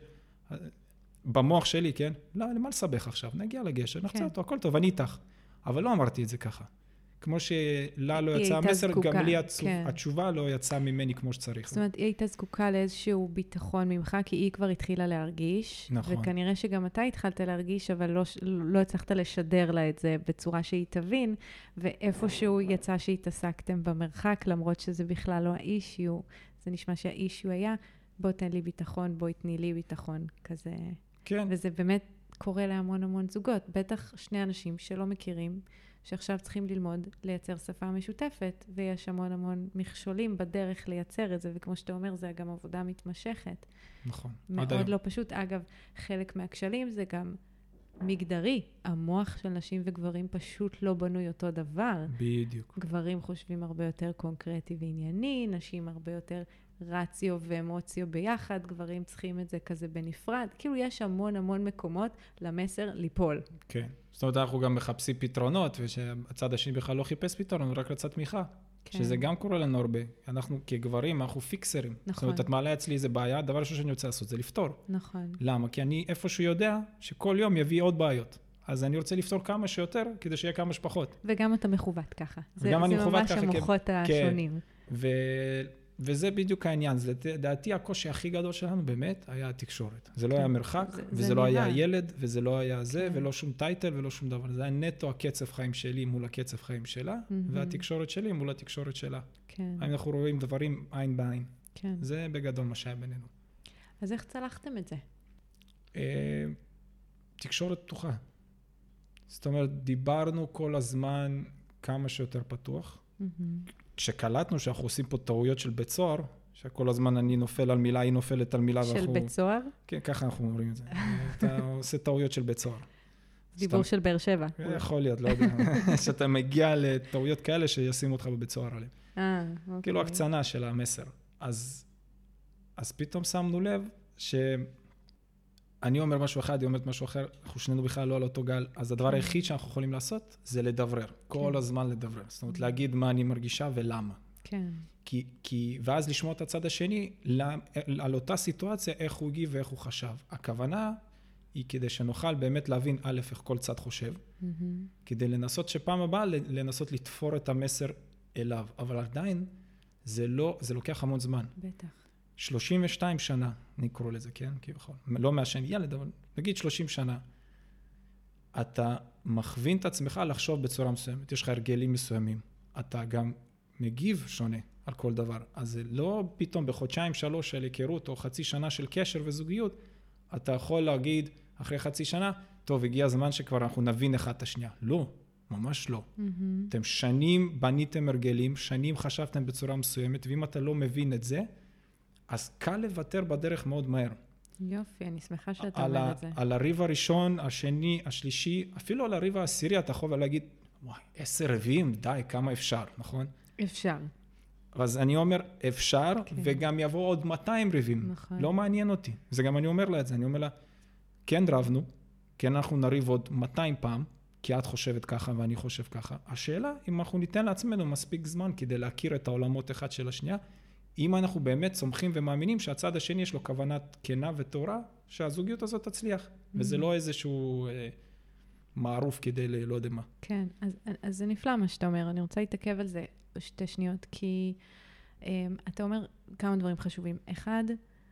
במוח שלי, כן? לא, למה לסבך עכשיו? נגיע לגשר, נחצה כן. אותו, הכל טוב, אני איתך. אבל לא אמרתי את זה ככה. כמו שלה לא יצא המסר, זקוקה, גם לי הצוב, כן. התשובה לא יצאה ממני כמו שצריך. זאת אומרת, היא הייתה זקוקה לאיזשהו ביטחון ממך, כי היא כבר התחילה להרגיש. נכון. וכנראה שגם אתה התחלת להרגיש, אבל לא, לא הצלחת לשדר לה את זה בצורה שהיא תבין, ואיפשהו יצא שהתעסקתם במרחק, למרות שזה בכלל לא האישיו. זה נשמע שהאישיו היה, בוא תן לי ביטחון, בוא תני לי ביטחון, כזה. כן. וזה באמת קורה להמון המון זוגות. בטח שני אנשים שלא מכירים, שעכשיו צריכים ללמוד לייצר שפה משותפת, ויש המון המון מכשולים בדרך לייצר את זה, וכמו שאתה אומר, זה גם עבודה מתמשכת. נכון. מאוד לא פשוט. אגב, חלק מהכשלים זה גם מגדרי. המוח של נשים וגברים פשוט לא בנוי אותו דבר. בדיוק. גברים חושבים הרבה יותר קונקרטי וענייני, נשים הרבה יותר רציו ואמוציו ביחד, גברים צריכים את זה כזה בנפרד. כאילו יש המון המון מקומות למסר ליפול. כן. זאת אומרת, אנחנו גם מחפשים פתרונות, ושהצד השני בכלל לא חיפש פתרון, רק רצה תמיכה. כן. שזה גם קורה לנו הרבה. אנחנו כגברים, אנחנו פיקסרים. נכון. זאת אומרת, את מעלה אצלי איזה בעיה, הדבר ראשון שאני רוצה לעשות זה לפתור. נכון. למה? כי אני איפשהו יודע שכל יום יביא עוד בעיות. אז אני רוצה לפתור כמה שיותר, כדי שיהיה כמה שפחות. וגם אתה מכוות ככה. וגם זה, אני זה מכוות ככה. זה ממש המוחות השונים. כן. ו... וזה בדיוק העניין. זה, לדעתי, הקושי הכי גדול שלנו באמת היה התקשורת. זה לא היה מרחק, זה, וזה זה לא נראה. היה ילד, וזה לא היה זה, כן. ולא שום טייטל, ולא שום דבר. זה היה נטו הקצב חיים שלי מול הקצב חיים שלה, mm-hmm. והתקשורת שלי מול התקשורת שלה. כן. אנחנו רואים דברים עין בעין. כן. זה בגדול מה שהיה בינינו. אז איך צלחתם את זה? אה, תקשורת פתוחה. זאת אומרת, דיברנו כל הזמן כמה שיותר פתוח. Mm-hmm. כשקלטנו שאנחנו עושים פה טעויות של בית סוהר, שכל הזמן אני נופל על מילה, היא נופלת על מילה. של בית סוהר? כן, ככה אנחנו אומרים את זה. אתה עושה טעויות של בית סוהר. דיבור של באר שבע. יכול להיות, לא יודע. שאתה מגיע לטעויות כאלה שישימו אותך בבית סוהר עליהם. אה, אוקיי. כאילו הקצנה של המסר. אז, אז פתאום שמנו לב שאני אומר משהו אחד, היא אומרת משהו אחר, אנחנו שנינו בכלל לא על אותו גל, אז הדבר היחיד שאנחנו יכולים לעשות זה לדברר, כל הזמן לדברר. זאת אומרת, להגיד מה אני מרגישה ולמה. כן. כי, כי, ואז לשמוע את הצד השני, על אותה סיטואציה, איך הוא הגיב ואיך הוא חשב. הכוונה היא כדי שנוכל באמת להבין א', איך כל צד חושב, mm-hmm. כדי לנסות שפעם הבאה, לנסות לתפור את המסר אליו. אבל עדיין, זה לא, זה לוקח המון זמן. בטח. שלושים ושתיים שנה, נקרא לזה, כן? כביכול. לא מהשני ילד, אבל נגיד שלושים שנה. אתה מכווין את עצמך לחשוב בצורה מסוימת. יש לך הרגלים מסוימים. אתה גם מגיב שונה על כל דבר. אז זה לא פתאום בחודשיים, שלוש של היכרות, או חצי שנה של קשר וזוגיות, אתה יכול להגיד אחרי חצי שנה, טוב, הגיע הזמן שכבר אנחנו נבין אחד את השנייה. לא, ממש לא. Mm-hmm. אתם שנים בניתם הרגלים, שנים חשבתם בצורה מסוימת, ואם אתה לא מבין את זה, אז קל לוותר בדרך מאוד מהר. יופי, אני שמחה שאתה אומר את זה. על הריב הראשון, השני, השלישי, אפילו על הריב העשירי, אתה יכול להגיד, וואי, עשר רביעים, די, כמה אפשר, נכון? אפשר. אז אני אומר, אפשר, כן. וגם יבוא עוד מאתיים ריבים. נכון. לא מעניין אותי. זה גם אני אומר לה את זה, אני אומר לה, כן רבנו, כן אנחנו נריב עוד מאתיים פעם, כי את חושבת ככה ואני חושב ככה. השאלה, אם אנחנו ניתן לעצמנו מספיק זמן כדי להכיר את העולמות אחד של השנייה, אם אנחנו באמת סומכים ומאמינים שהצד השני יש לו כוונת כנה וטהורה, שהזוגיות הזאת תצליח. Mm-hmm. וזה לא איזשהו אה, מערוף כדי ל... לא יודע מה. כן, אז, אז זה נפלא מה שאתה אומר. אני רוצה להתעכב על זה שתי שניות, כי אה, אתה אומר כמה דברים חשובים. אחד,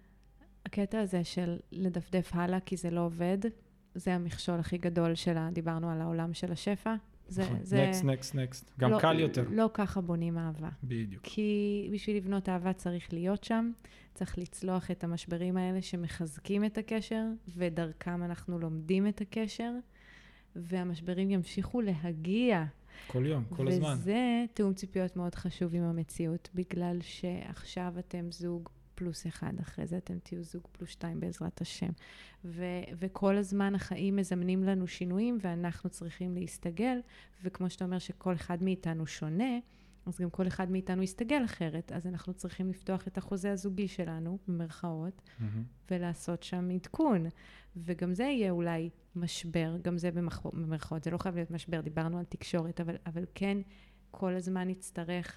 הקטע הזה של לדפדף הלאה, כי זה לא עובד, זה המכשול הכי גדול שלה, דיברנו על העולם של השפע. זה, זה next, next, next. גם לא, קל יותר. לא ככה בונים אהבה. בדיוק. כי בשביל לבנות אהבה צריך להיות שם, צריך לצלוח את המשברים האלה שמחזקים את הקשר, ודרכם אנחנו לומדים את הקשר, והמשברים ימשיכו להגיע. כל יום, כל וזה הזמן. וזה תאום ציפיות מאוד חשוב עם המציאות, בגלל שעכשיו אתם זוג פלוס אחד, אחרי זה אתם תהיו זוג פלוס שתיים בעזרת השם. ו- וכל הזמן החיים מזמנים לנו שינויים, ואנחנו צריכים להסתגל, וכמו שאתה אומר שכל אחד מאיתנו שונה, אז גם כל אחד מאיתנו יסתגל אחרת, אז אנחנו צריכים לפתוח את החוזה הזוגי שלנו, במרכאות, mm-hmm. ולעשות שם עדכון. וגם זה יהיה אולי משבר, גם זה במרכאות, זה לא חייב להיות משבר, דיברנו על תקשורת, אבל, אבל כן, כל הזמן יצטרך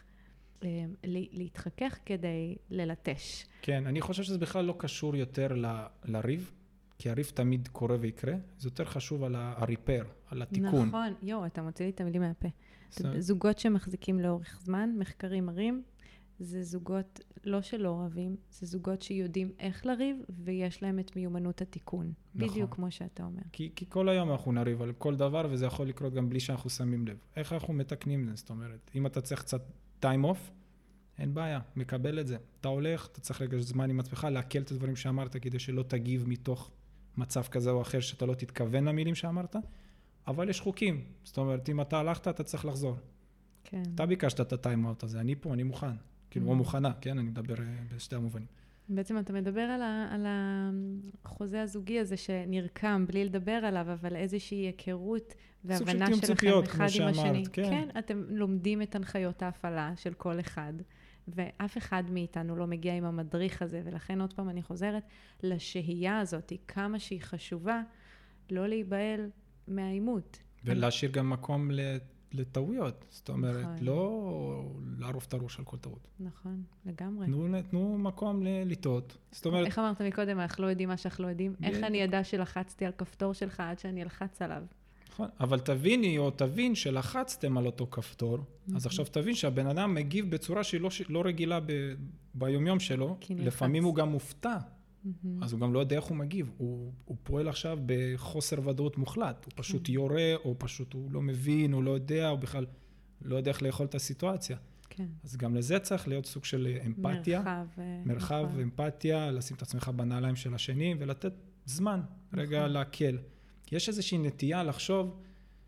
להתחכך כדי ללטש. כן, אני חושב שזה בכלל לא קשור יותר ל- לריב, כי הריב תמיד קורה ויקרה, זה יותר חשוב על הריפר, על התיקון. נכון, יו, אתה מוצא לי את המילים מהפה. זוגות שמחזיקים לאורך זמן, מחקרים מראים, זה זוגות לא שלא אוהבים, זה זוגות שיודעים איך לריב, ויש להם את מיומנות התיקון. נכון. בדיוק כמו שאתה אומר. כי, כי כל היום אנחנו נריב על כל דבר, וזה יכול לקרות גם בלי שאנחנו שמים לב. איך אנחנו מתקנים את זה? זאת אומרת, אם אתה צריך קצת טיים אוף, אין בעיה, מקבל את זה. אתה הולך, אתה צריך רגע זמן עם עצמך, להקל את הדברים שאמרת, כדי שלא תגיב מתוך מצב כזה או אחר, שאתה לא תתכוון למילים שאמרת, אבל יש חוקים. זאת אומרת, אם אתה הלכת, אתה צריך לחזור. כן. אתה ביקשת את הטיים אאוט הזה, אני פה, אני מוכן. כאילו, או מוכנה, כן? אני מדבר בשתי המובנים. בעצם אתה מדבר על, ה, על החוזה הזוגי הזה שנרקם בלי לדבר עליו, אבל איזושהי היכרות והבנה של שלכם ציפיות, אחד עם שאמרת, השני. כן. כן, אתם לומדים את הנחיות ההפעלה של כל אחד, ואף אחד מאיתנו לא מגיע עם המדריך הזה, ולכן עוד פעם אני חוזרת לשהייה הזאת, כמה שהיא חשובה, לא להיבהל מהאימות. ולהשאיר גם מקום לטעויות, זאת אומרת, לא לערוף את הראש על כל טעות. נכון, לגמרי. תנו מקום לטעות. איך אמרת מקודם, אנחנו לא יודעים מה שאנחנו לא יודעים? איך אני ידע שלחצתי על כפתור שלך עד שאני אלחץ עליו? נכון, אבל תביני או תבין שלחצתם על אותו כפתור, אז עכשיו תבין שהבן אדם מגיב בצורה שהיא לא רגילה ביומיום שלו, לפעמים הוא גם מופתע. אז הוא גם לא יודע איך הוא מגיב, הוא, הוא פועל עכשיו בחוסר ודאות מוחלט, הוא פשוט יורה, או פשוט הוא לא מבין, הוא לא יודע, הוא בכלל לא יודע איך לאכול את הסיטואציה. כן. אז גם לזה צריך להיות סוג של אמפתיה, מרחב, מרחב, נכון. אמפתיה, לשים את עצמך בנעליים של השני, ולתת זמן, נכון. רגע להקל. יש איזושהי נטייה לחשוב,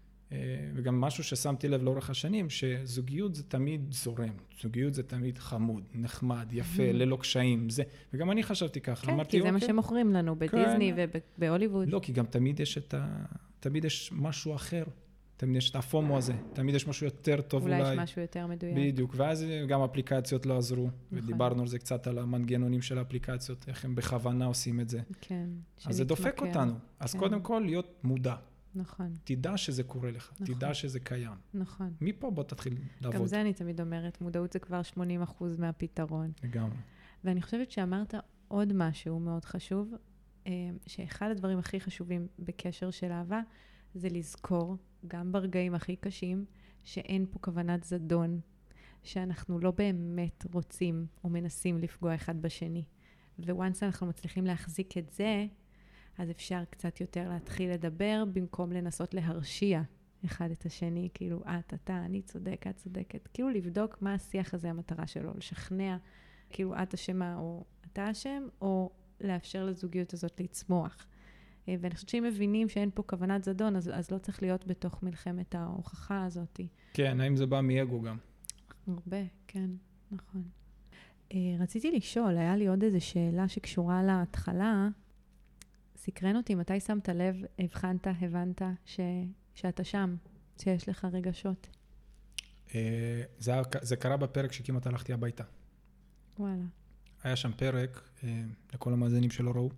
וגם משהו ששמתי לב לאורך השנים, שזוגיות זה תמיד זורם, זוגיות זה תמיד חמוד, נחמד, יפה, ללא קשיים, זה, וגם אני חשבתי ככה. כן, כי זה מה שמוכרים לנו בדיזני ובהוליווד. לא, כי גם תמיד יש את ה... תמיד יש משהו אחר, תמיד יש את הפומו הזה, תמיד יש משהו יותר טוב אולי. אולי יש משהו יותר מדויק. בדיוק, ואז גם אפליקציות לא עזרו, ודיברנו על זה קצת, על המנגנונים של האפליקציות, איך הם בכוונה עושים את זה. כן. אז זה דופק אותנו. אז קודם כל להיות מודע. נכון. תדע שזה קורה לך, נכון. תדע שזה קיים. נכון. מפה בוא תתחיל לעבוד. גם זה אני תמיד אומרת, מודעות זה כבר שמונים אחוז מהפתרון. לגמרי. ואני חושבת שאמרת עוד משהו מאוד חשוב, שאחד הדברים הכי חשובים בקשר של אהבה, זה לזכור, גם ברגעים הכי קשים, שאין פה כוונת זדון, שאנחנו לא באמת רוצים או מנסים לפגוע אחד בשני. וואנס אנחנו מצליחים להחזיק את זה, אז אפשר קצת יותר להתחיל לדבר, במקום לנסות להרשיע אחד את השני, כאילו, את, אתה, אני צודק, את צודקת. כאילו לבדוק מה השיח הזה, המטרה שלו, לשכנע, כאילו, את אשמה או אתה אשם, או לאפשר לזוגיות הזאת לצמוח. ואני חושבת שאם מבינים שאין פה כוונת זדון, אז, אז לא צריך להיות בתוך מלחמת ההוכחה הזאת. כן, האם זה בא מאגו גם? הרבה, כן, נכון. רציתי לשאול, היה לי עוד איזו שאלה שקשורה להתחלה, סקרן אותי, מתי שמת לב, הבחנת, הבנת ש, שאתה שם, שיש לך רגשות? זה, זה קרה בפרק שכמעט הלכתי הביתה. וואלה. היה שם פרק, לכל המאזינים שלא ראו,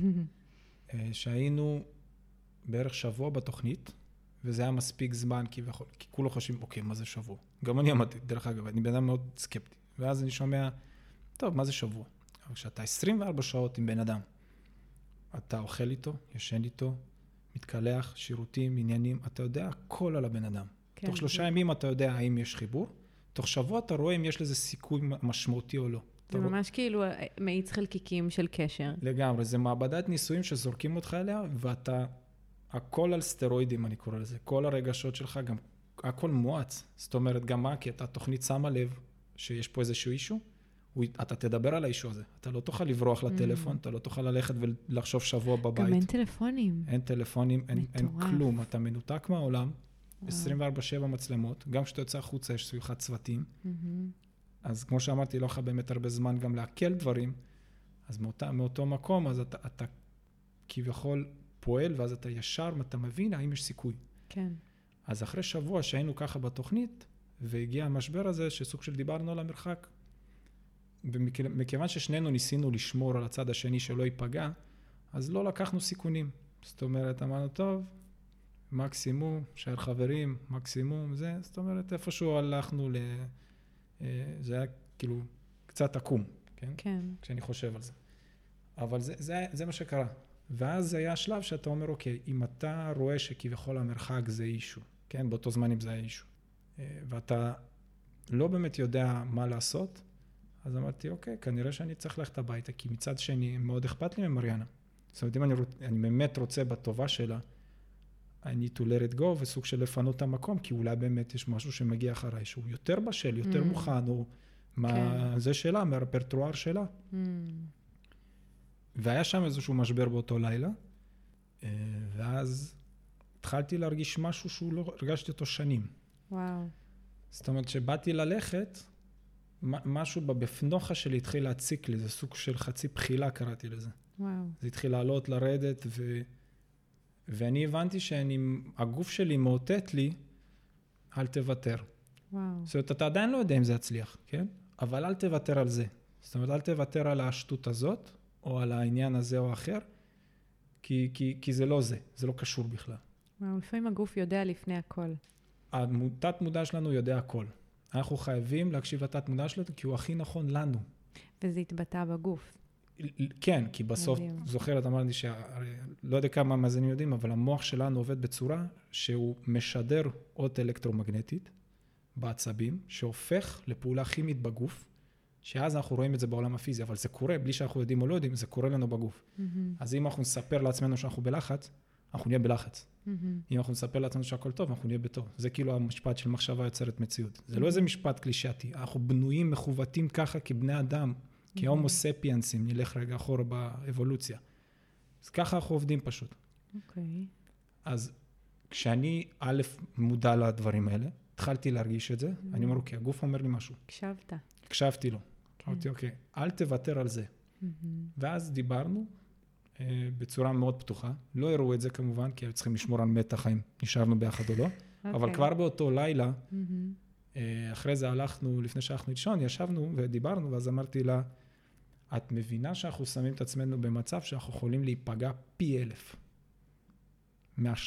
שהיינו בערך שבוע בתוכנית, וזה היה מספיק זמן כביכול, כי כולו חושבים, אוקיי, מה זה שבוע? גם אני אמרתי, דרך אגב, אני בן אדם מאוד סקפטי. ואז אני שומע, טוב, מה זה שבוע? אבל כשאתה עשרים וארבע שעות עם בן אדם, אתה אוכל איתו, ישן איתו, מתקלח, שירותים, עניינים, אתה יודע הכל על הבן אדם. כן, תוך שלושה כן. ימים אתה יודע האם יש חיבור, תוך שבוע אתה רואה אם יש לזה סיכוי משמעותי או לא. זה ממש רואה... כאילו מאיץ חלקיקים של קשר. לגמרי, זה מעבדת ניסויים שזורקים אותך אליה, ואתה, הכל על סטרואידים אני קורא לזה, כל הרגשות שלך, גם הכל מואץ. זאת אומרת, גם מה, כי אתה תוכנית שמה לב שיש פה איזשהו אישו, אתה תדבר על האישו הזה. אתה לא תוכל לברוח לטלפון, אתה לא תוכל ללכת ולחשוב שבוע בבית. גם אין טלפונים. אין טלפונים, אין, אין כלום. אתה מנותק מהעולם, עשרים וארבע שבע מצלמות, גם כשאתה יוצא החוצה יש סביבך צוותים. אז כמו שאמרתי, לא לך באמת הרבה זמן גם להקל דברים, אז מאותה, מאותו מקום, אז אתה, אתה כביכול פועל, ואז אתה ישר, אתה מבין האם יש סיכוי. כן. אז אחרי שבוע שהיינו ככה בתוכנית, והגיע המשבר הזה, שסוג של דיברנו על המרחק, ומכיוון ששנינו ניסינו לשמור על הצד השני שלא ייפגע, אז לא לקחנו סיכונים. זאת אומרת, אמרנו, טוב, מקסימום, שער חברים, מקסימום, זה, זאת אומרת, איפשהו הלכנו ל... זה היה כאילו קצת עקום, כן? כן. כשאני חושב על זה. אבל זה, זה, זה מה שקרה. ואז היה השלב שאתה אומר, אוקיי, אם אתה רואה שכביכול המרחק זה אישו, כן? באותו זמן אם זה היה אישו, ואתה לא באמת יודע מה לעשות, אז אמרתי, אוקיי, כנראה שאני צריך ללכת הביתה, כי מצד שני מאוד אכפת לי ממריאנה. זאת אומרת, אם אני, אני באמת רוצה בטובה שלה, I need to let it go, וסוג של לפנות את המקום, כי אולי באמת יש משהו שמגיע אחריי, שהוא יותר בשל, יותר mm. מוכן, או מה, כן. זה שלה, מהרפרטואר שלה. Mm. והיה שם איזשהו משבר באותו לילה, ואז התחלתי להרגיש משהו שהוא לא הרגשתי אותו שנים. וואו. זאת אומרת, שבאתי ללכת, משהו בפנוחה שלי התחיל להציק לי, זה סוג של חצי בחילה קראתי לזה. וואו. זה התחיל לעלות, לרדת, ו... ואני הבנתי שהגוף שלי מאותת לי, אל תוותר. וואו. זאת אומרת, אתה עדיין לא יודע אם זה יצליח, כן? אבל אל תוותר על זה. זאת אומרת, אל תוותר על השטות הזאת, או על העניין הזה או אחר, כי, כי, כי זה לא זה, זה לא קשור בכלל. וואו, לפעמים הגוף יודע לפני הכל. התת מודע שלנו יודע הכל. אנחנו חייבים להקשיב לתת מודע שלנו, כי הוא הכי נכון לנו. וזה התבטא בגוף. כן, כי בסוף, זוכרת, אמרתי ש... לא יודע כמה מאזינים יודעים, אבל המוח שלנו עובד בצורה שהוא משדר אות אלקטרומגנטית בעצבים, שהופך לפעולה כימית בגוף, שאז אנחנו רואים את זה בעולם הפיזי, אבל זה קורה, בלי שאנחנו יודעים או לא יודעים, זה קורה לנו בגוף. Mm-hmm. אז אם אנחנו נספר לעצמנו שאנחנו בלחץ, אנחנו נהיה בלחץ. Mm-hmm. אם אנחנו נספר לעצמנו שהכל טוב, אנחנו נהיה בטוב. זה כאילו המשפט של מחשבה יוצרת מציאות. זה mm-hmm. לא איזה משפט קלישאתי, אנחנו בנויים, מכוותים ככה כבני אדם, mm-hmm. כהומו ספיאנסים, נלך רגע אחורה באבולוציה. אז ככה אנחנו עובדים פשוט. אוקיי. Okay. אז כשאני א' מודע לדברים האלה, התחלתי להרגיש את זה, mm-hmm. אני אומר, אוקיי, הגוף אומר לי משהו. הקשבת. הקשבתי לו. אמרתי, אוקיי, אל תוותר על זה. ואז דיברנו בצורה מאוד פתוחה. לא הראו את זה כמובן, כי היו צריכים לשמור על מתח אם נשארנו ביחד או לא. אבל כבר באותו לילה, אחרי זה הלכנו, לפני שהלכנו לישון, ישבנו ודיברנו, ואז אמרתי לה, את מבינה שאנחנו שמים את עצמנו במצב שאנחנו יכולים להיפגע פי אלף מעכשיו.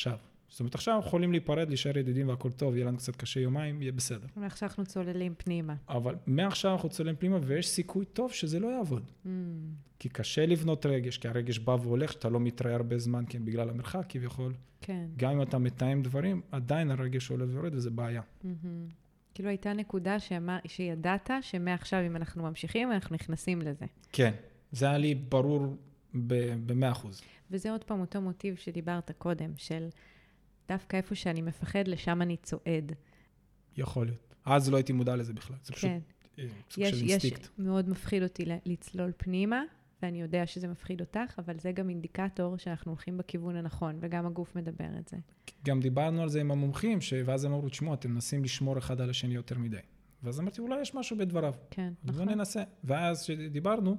זאת אומרת, עכשיו יכולים להיפרד, להישאר ידידים והכל טוב, יהיה לנו קצת קשה יומיים, יהיה בסדר. ועכשיו אנחנו צוללים פנימה. אבל מעכשיו אנחנו צוללים פנימה, ויש סיכוי טוב שזה לא יעבוד. Mm. כי קשה לבנות רגש, כי הרגש בא והולך, שאתה לא מתראה הרבה זמן, כן, בגלל המרחק כביכול. כן. גם אם אתה מתאם דברים, עדיין הרגש עולה ויורד, וזה בעיה. Mm-hmm. כאילו הייתה נקודה שאמר, שידעת שמעכשיו אם אנחנו ממשיכים, אנחנו נכנסים לזה. כן, זה היה לי ברור ב-מאה אחוז. וזה עוד פעם אותו מוטיב שדיברת קודם, של דווקא איפה שאני מפחד, לשם אני צועד. יכול להיות. אז לא הייתי מודע לזה בכלל. זה פשוט כן. סוג של אינסטינקט. יש מאוד מפחיד אותי לצלול פנימה, ואני יודע שזה מפחיד אותך, אבל זה גם אינדיקטור שאנחנו הולכים בכיוון הנכון, וגם הגוף מדבר את זה. גם דיברנו על זה עם המומחים, ואז הם אמרו, תשמעו, אתם מנסים לשמור אחד על השני יותר מדי. ואז אמרתי, אולי יש משהו בדבריו. כן, נכון. בוא ננסה. ואז שדיברנו,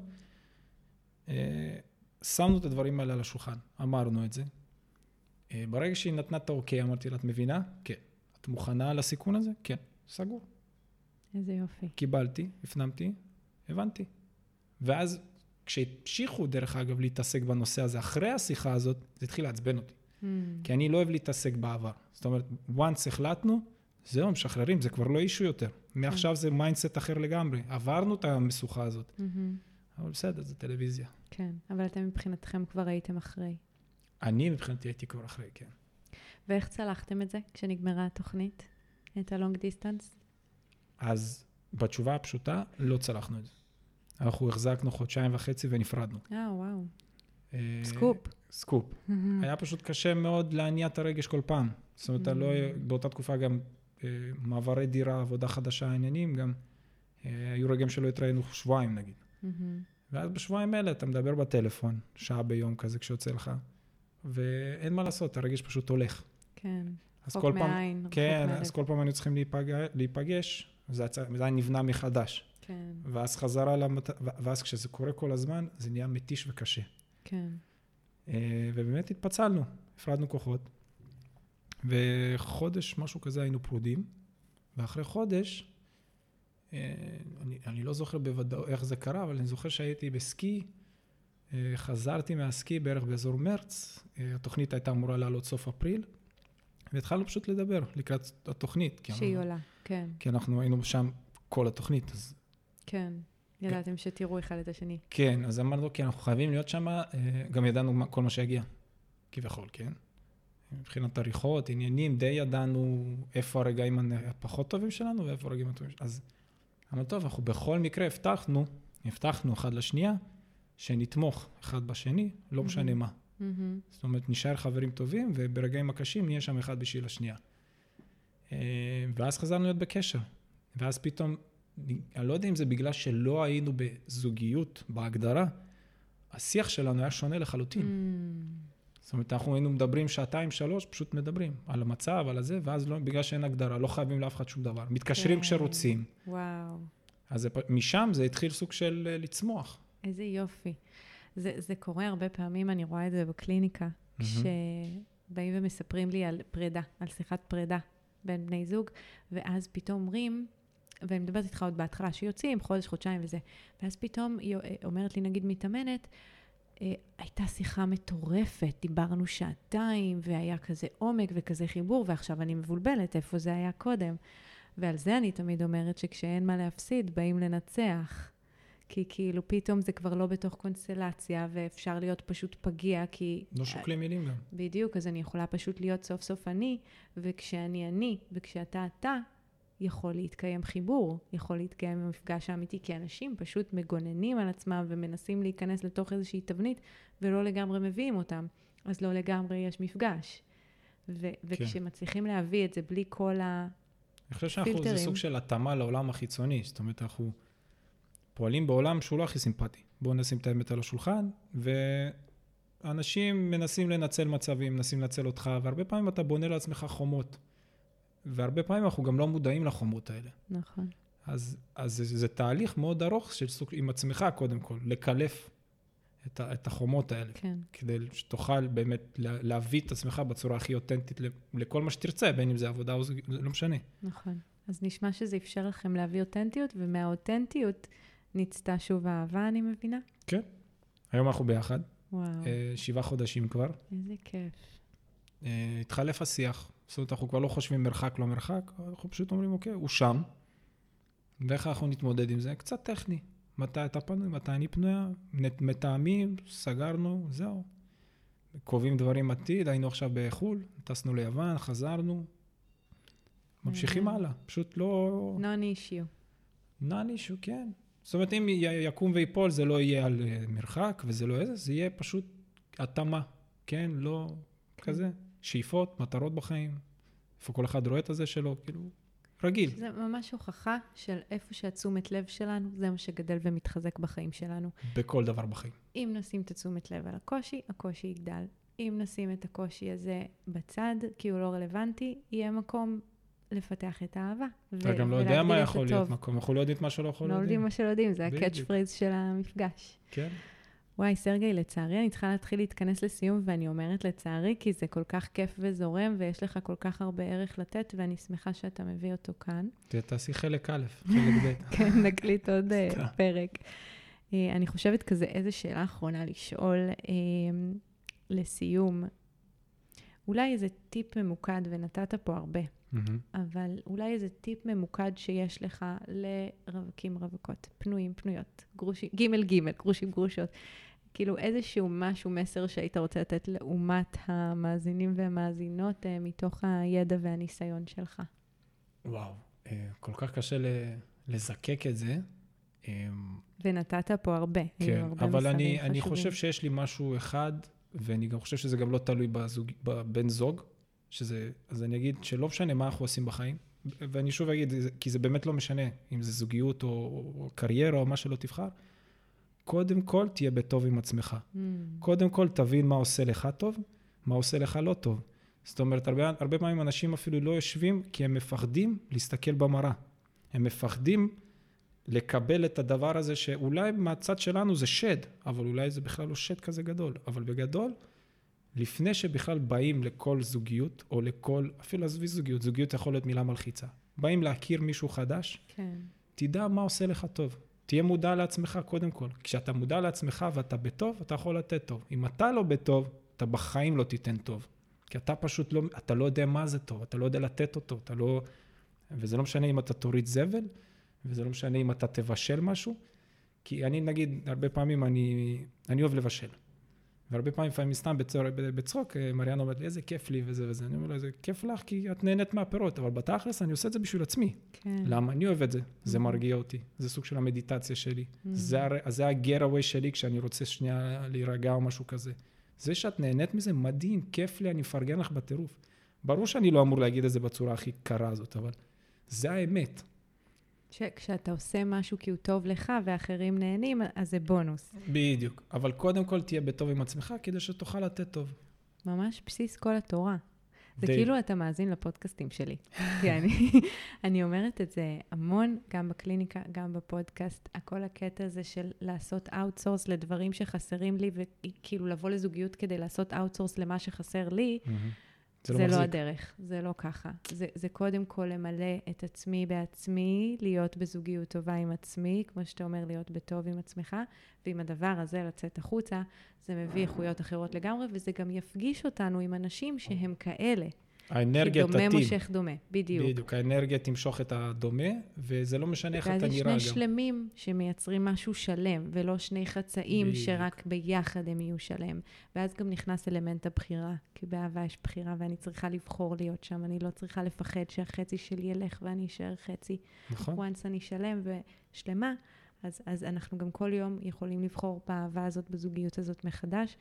שמנו את הדברים האלה על השולחן, אמרנו את זה. ברגע שהיא נתנה את האוקיי, אמרתי לה, את מבינה? כן. את מוכנה לסיכון הזה? כן. סגור. איזה יופי. קיבלתי, הפנמתי, הבנתי. ואז כשהמשיכו, דרך אגב, להתעסק בנושא הזה, אחרי השיחה הזאת, זה התחיל לעצבן אותי. Mm. כי אני לא אוהב להתעסק בעבר. זאת אומרת, once החלטנו, זהו, משחררים, זה כבר לא אישו יותר. מעכשיו זה מיינדסט אחר לגמרי. עברנו את המשוכה הזאת. Mm-hmm. אבל בסדר, זה טלוויזיה. כן, אבל אתם מבחינתכם כבר הייתם אחרי. אני מבחינתי הייתי כבר אחרי, כן. ואיך צלחתם את זה כשנגמרה התוכנית? את הלונג דיסטנס? אז בתשובה הפשוטה, לא צלחנו את זה. אנחנו החזקנו חודשיים וחצי ונפרדנו. אה, וואו. סקופ. סקופ. היה פשוט קשה מאוד להניע את הרגש כל פעם. זאת אומרת, לא, באותה תקופה גם מעברי דירה, עבודה חדשה, עניינים, גם היו רגעים שלא התראינו שבועיים נגיד. ואז בשבועיים האלה אתה מדבר בטלפון, שעה ביום כזה כשיוצא לך, ואין מה לעשות, הרגש פשוט הולך. כן, חוק מעין. כן, אז כל פעם היינו צריכים להיפגש, זה היה נבנה מחדש. כן. ואז חזרה, למת... ואז כשזה קורה כל הזמן, זה נהיה מתיש וקשה. כן. ובאמת התפצלנו, הפרדנו כוחות, וחודש, משהו כזה, היינו פרודים, ואחרי חודש, אני, אני לא זוכר בוודאו איך זה קרה, אבל אני זוכר שהייתי בסקי, חזרתי מהסקי בערך באזור מרץ, התוכנית הייתה אמורה לעלות סוף אפריל, והתחלנו פשוט לדבר לקראת התוכנית. שהיא עולה, כן. כי אנחנו היינו שם כל התוכנית, אז... כן, ידעתם שתראו אחד את השני. כן, אז אמרנו, כי אנחנו חייבים להיות שם, גם ידענו כל מה שהגיע, כביכול, כן? מבחינת עריכות, עניינים, די ידענו איפה הרגעים הפחות טובים שלנו, ואיפה הרגעים הטובים שלנו. אז אמרנו, טוב, אנחנו בכל מקרה הבטחנו, הבטחנו אחד לשנייה, שנתמוך אחד בשני, לא משנה מה. זאת אומרת, נשאר חברים טובים, וברגעים הקשים נהיה שם אחד בשביל השנייה. ואז חזרנו להיות בקשר. ואז פתאום, אני לא יודע אם זה בגלל שלא היינו בזוגיות, בהגדרה, השיח שלנו היה שונה לחלוטין. זאת אומרת, אנחנו היינו מדברים שעתיים, שלוש, פשוט מדברים על המצב, על הזה, ואז לא, בגלל שאין הגדרה, לא חייבים לאף אחד שום דבר. מתקשרים כשרוצים. וואו. אז משם זה התחיל סוג של לצמוח. איזה יופי. זה, זה קורה הרבה פעמים, אני רואה את זה בקליניקה, כשבאים ומספרים לי על פרידה, על שיחת פרידה בין בני זוג, ואז פתאום אומרים, ואני מדברת איתך עוד בהתחלה, שיוצאים חודש, חודשיים וזה, ואז פתאום היא אומרת לי, נגיד מתאמנת, הייתה שיחה מטורפת, דיברנו שעתיים, והיה כזה עומק וכזה חיבור, ועכשיו אני מבולבלת, איפה זה היה קודם. ועל זה אני תמיד אומרת שכשאין מה להפסיד, באים לנצח. כי כאילו פתאום זה כבר לא בתוך קונסטלציה, ואפשר להיות פשוט פגיע, כי... לא שוקלים מילים גם. בדיוק, אז אני יכולה פשוט להיות סוף סוף אני, וכשאני אני, וכשאתה אתה, יכול להתקיים חיבור, יכול להתקיים המפגש האמיתי, כי אנשים פשוט מגוננים על עצמם, ומנסים להיכנס לתוך איזושהי תבנית, ולא לגמרי מביאים אותם. אז לא לגמרי יש מפגש. ו- וכשמצליחים להביא את זה בלי כל הפילטרים... אני חושב שאנחנו זה סוג של התאמה לעולם החיצוני, זאת אומרת, אנחנו פועלים בעולם שהוא לא הכי סימפטי. בואו נשים את האמת על השולחן, ואנשים מנסים לנצל מצבים, מנסים לנצל אותך, והרבה פעמים אתה בונה לעצמך חומות. והרבה פעמים אנחנו גם לא מודעים לחומות האלה. נכון. אז, אז זה, זה תהליך מאוד ארוך של סוג, עם עצמך קודם כל, לקלף את, ה, את החומות האלה. כן. כדי שתוכל באמת להביא את עצמך בצורה הכי אותנטית לכל מה שתרצה, בין אם זה עבודה או זה לא משנה. נכון. אז נשמע שזה אפשר לכם להביא אותנטיות, ומהאותנטיות נצתה שוב האהבה, אני מבינה? כן. היום אנחנו ביחד. וואו. שבעה חודשים כבר. איזה כיף. התחלף השיח. זאת אומרת, אנחנו כבר לא חושבים מרחק, לא מרחק, אנחנו פשוט אומרים, אוקיי, הוא שם. ואיך אנחנו נתמודד עם זה? קצת טכני. מתי אתה פנוי, מתי אני פנויה, מתאמים, סגרנו, זהו. קובעים דברים עתיד, היינו עכשיו בחול, טסנו ליוון, חזרנו, ממשיכים הלאה. פשוט לא... non-issue. non-issue, כן. זאת אומרת, אם יקום ויפול, זה לא יהיה על מרחק, וזה לא איזה, זה יהיה פשוט התאמה, כן? לא כזה. שאיפות, מטרות בחיים, איפה כל אחד רואה את הזה שלו, כאילו, רגיל. זה ממש הוכחה של איפה שהתשומת לב שלנו, זה מה שגדל ומתחזק בחיים שלנו. בכל דבר בחיים. אם נשים את התשומת לב על הקושי, הקושי יגדל. אם נשים את הקושי הזה בצד, כי הוא לא רלוונטי, יהיה מקום לפתח את האהבה. אתה גם לא יודע מה יכול להיות מקום, אנחנו לא יודעים מה שלא יכול להיות. לא יודעים מה שלא יודעים, זה הקאץ' פרייז של המפגש. כן. וואי, סרגי, לצערי, אני צריכה להתחיל להתכנס לסיום, ואני אומרת לצערי, כי זה כל כך כיף וזורם, ויש לך כל כך הרבה ערך לתת, ואני שמחה שאתה מביא אותו כאן. תעשי חלק א', חלק ב'. כן, נקליט עוד פרק. אני חושבת כזה, איזו שאלה אחרונה לשאול לסיום. אולי איזה טיפ ממוקד, ונתת פה הרבה, אבל אולי איזה טיפ ממוקד שיש לך לרווקים רווקות, פנויים, פנויות, גרושים, גימל גימל, גרושים, גרושות. כאילו איזשהו משהו, מסר שהיית רוצה לתת לעומת המאזינים והמאזינות מתוך הידע והניסיון שלך. וואו, כל כך קשה לזקק את זה. ונתת פה הרבה. כן, אבל אני, אני חושב שיש לי משהו אחד, ואני גם חושב שזה גם לא תלוי בזוג, בבן זוג, שזה, אז אני אגיד שלא משנה מה אנחנו עושים בחיים, ואני שוב אגיד, כי זה באמת לא משנה, אם זה זוגיות או, או קריירה או מה שלא תבחר, קודם כל תהיה בטוב עם עצמך. Mm. קודם כל תבין מה עושה לך טוב, מה עושה לך לא טוב. זאת אומרת, הרבה, הרבה פעמים אנשים אפילו לא יושבים, כי הם מפחדים להסתכל במראה. הם מפחדים לקבל את הדבר הזה, שאולי מהצד שלנו זה שד, אבל אולי זה בכלל לא שד כזה גדול. אבל בגדול, לפני שבכלל באים לכל זוגיות, או לכל, אפילו עזבי זוגיות, זוגיות יכול להיות מילה מלחיצה. באים להכיר מישהו חדש, כן. תדע מה עושה לך טוב. תהיה מודע לעצמך קודם כל. כשאתה מודע לעצמך ואתה בטוב, אתה יכול לתת טוב. אם אתה לא בטוב, אתה בחיים לא תיתן טוב. כי אתה פשוט לא, אתה לא יודע מה זה טוב, אתה לא יודע לתת אותו, אתה לא, וזה לא משנה אם אתה תוריד זבל, וזה לא משנה אם אתה תבשל משהו, כי אני נגיד, הרבה פעמים אני, אני אוהב לבשל. והרבה פעמים, לפעמים סתם בצחוק, מריאנה אומרת לי, איזה כיף לי וזה וזה. אני אומר לו, זה כיף לך כי את נהנית מהפירות, אבל בתכלס אני עושה את זה בשביל עצמי. כן. למה? אני אוהב את זה. זה מרגיע אותי. זה סוג של המדיטציה שלי. זה, זה ה-getaway שלי כשאני רוצה שנייה להירגע או משהו כזה. זה שאת נהנית מזה, מדהים, כיף לי, אני מפרגן לך בטירוף. ברור שאני לא אמור להגיד את זה בצורה הכי קרה הזאת, אבל זה האמת. כשאתה עושה משהו כי הוא טוב לך ואחרים נהנים, אז זה בונוס. בדיוק. אבל קודם כל תהיה בטוב עם עצמך, כדי שתוכל לתת טוב. ממש בסיס כל התורה. זה כאילו אתה מאזין לפודקאסטים שלי. כי אני, אני אומרת את זה המון, גם בקליניקה, גם בפודקאסט, הכל הקטע הזה של לעשות אאוטסורס לדברים שחסרים לי, וכאילו לבוא לזוגיות כדי לעשות אאוטסורס למה שחסר לי, זה, זה לא, לא הדרך, זה לא ככה. זה, זה קודם כל למלא את עצמי בעצמי, להיות בזוגיות טובה עם עצמי, כמו שאתה אומר, להיות בטוב עם עצמך, ועם הדבר הזה לצאת החוצה, זה מביא איכויות אחרות לגמרי, וזה גם יפגיש אותנו עם אנשים שהם כאלה. האנרגיה תתאים. כי דומה מושך דומה, בדיוק. בדיוק, האנרגיה תמשוך את הדומה, וזה לא משנה איך אתה נראה גם. ואז יש שני שלמים שמייצרים משהו שלם, ולא שני חצאים בדיוק. שרק ביחד הם יהיו שלם. ואז גם נכנס אלמנט הבחירה, כי באהבה יש בחירה, ואני צריכה לבחור להיות שם, אני לא צריכה לפחד שהחצי שלי ילך ואני אשאר חצי. נכון. once אני שלם ושלמה, אז, אז אנחנו גם כל יום יכולים לבחור באהבה הזאת, בזוגיות הזאת מחדש,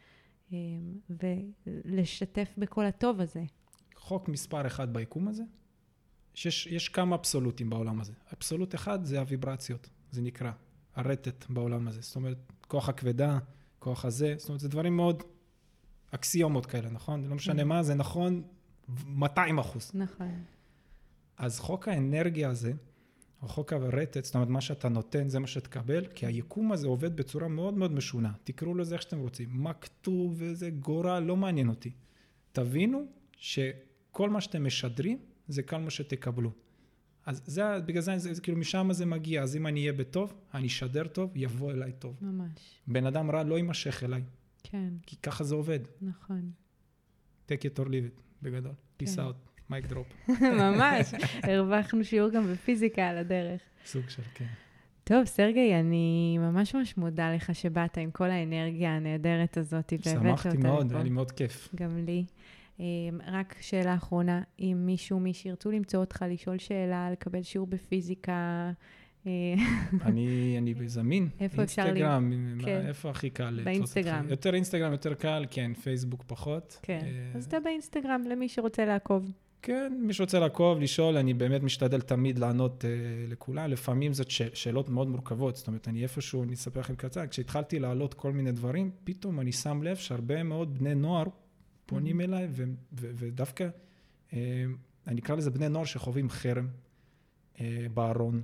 ולשתף בכל הטוב הזה. חוק מספר אחד ביקום הזה, שיש, יש כמה אבסולוטים בעולם הזה. אבסולוט אחד זה הוויברציות, זה נקרא, הרטט בעולם הזה. זאת אומרת, כוח הכבדה, כוח הזה, זאת אומרת, זה דברים מאוד אקסיומות כאלה, נכון? לא משנה מה, זה נכון מאתיים אחוז. נכון. אז חוק האנרגיה הזה, או חוק הרטט, זאת אומרת, מה שאתה נותן, זה מה שתקבל, כי היקום הזה עובד בצורה מאוד מאוד משונה. תקראו לזה איך שאתם רוצים. מה כתוב וזה גורל, לא מעניין אותי. תבינו שכל מה שאתם משדרים, זה כל מה שתקבלו. אז זה, בגלל זה, זה, זה, כאילו משם זה מגיע. אז אם אני אהיה בטוב, אני אשדר טוב, יבוא אליי טוב. ממש. בן אדם רע לא יימשך אליי. כן. כי ככה זה עובד. נכון. take it or leave it. בגדול. פיס אאוט, מייק דרופ. ממש, הרווחנו שיעור גם בפיזיקה על הדרך. סוג של, כן. טוב, סרגי, אני ממש ממש מודה לך שבאת עם כל האנרגיה הנהדרת הזאת, שמחתי מאוד, היה לי מאוד כיף. גם לי. רק שאלה אחרונה, אם מישהו, מי שירצו למצוא אותך, לשאול שאלה, לקבל שיעור בפיזיקה, אני, אני בזמין. איפה אפשר לי? אינסטגרם, איפה הכי קל? באינסטגרם. יותר אינסטגרם, יותר קל, כן, פייסבוק פחות. כן, אז אתה באינסטגרם, למי שרוצה לעקוב. כן, מי שרוצה לעקוב, לשאול, אני באמת משתדל תמיד לענות לכולם. לפעמים זאת שאלות מאוד מורכבות, זאת אומרת, אני איפשהו, אני אספר לכם קצר, כשהתחלתי לעלות כל מיני דברים, פתאום אני שם לב שהרבה מאוד בני נוער פונים אליי, ודווקא, אני אקרא לזה בני נוער שחווים חרם בארון,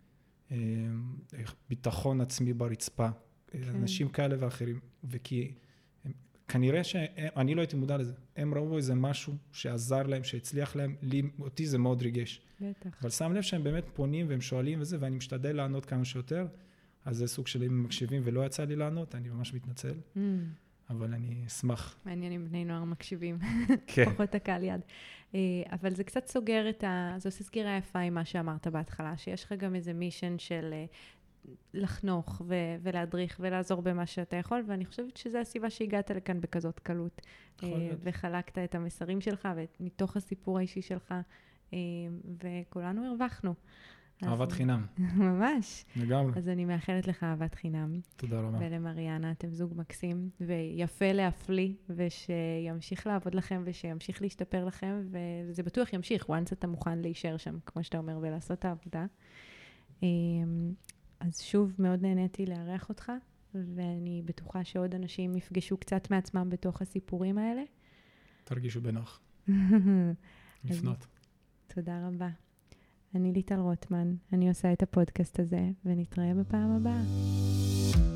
ביטחון עצמי ברצפה, אנשים כאלה ואחרים, וכי כנראה שאני לא הייתי מודע לזה, הם ראו איזה משהו שעזר להם, שהצליח להם, לי, אותי זה מאוד ריגש. בטח. אבל שם לב שהם באמת פונים והם שואלים וזה, ואני משתדל לענות כמה שיותר, אז זה סוג של אם מקשיבים ולא יצא לי לענות, אני ממש מתנצל, mm. אבל אני אשמח. מעניין אם בני נוער מקשיבים, כן. פחות הקהל יד. אבל זה קצת סוגר את ה... זו סגירה יפה עם מה שאמרת בהתחלה, שיש לך גם איזה מישן של לחנוך ו- ולהדריך ולעזור במה שאתה יכול, ואני חושבת שזו הסיבה שהגעת לכאן בכזאת קלות. וחלקת את המסרים שלך ומתוך הסיפור האישי שלך, וכולנו הרווחנו. אהבת חינם. ממש. לגמרי. אז אני מאחלת לך אהבת חינם. תודה רבה. ולמריאנה, אתם זוג מקסים, ויפה להפליא, ושימשיך לעבוד לכם, ושימשיך להשתפר לכם, וזה בטוח ימשיך, once אתה מוכן להישאר שם, כמו שאתה אומר, ולעשות את העבודה. אז שוב, מאוד נהניתי לארח אותך, ואני בטוחה שעוד אנשים יפגשו קצת מעצמם בתוך הסיפורים האלה. תרגישו בנוח. לפנות. תודה רבה. אני ליטל רוטמן, אני עושה את הפודקאסט הזה, ונתראה בפעם הבאה.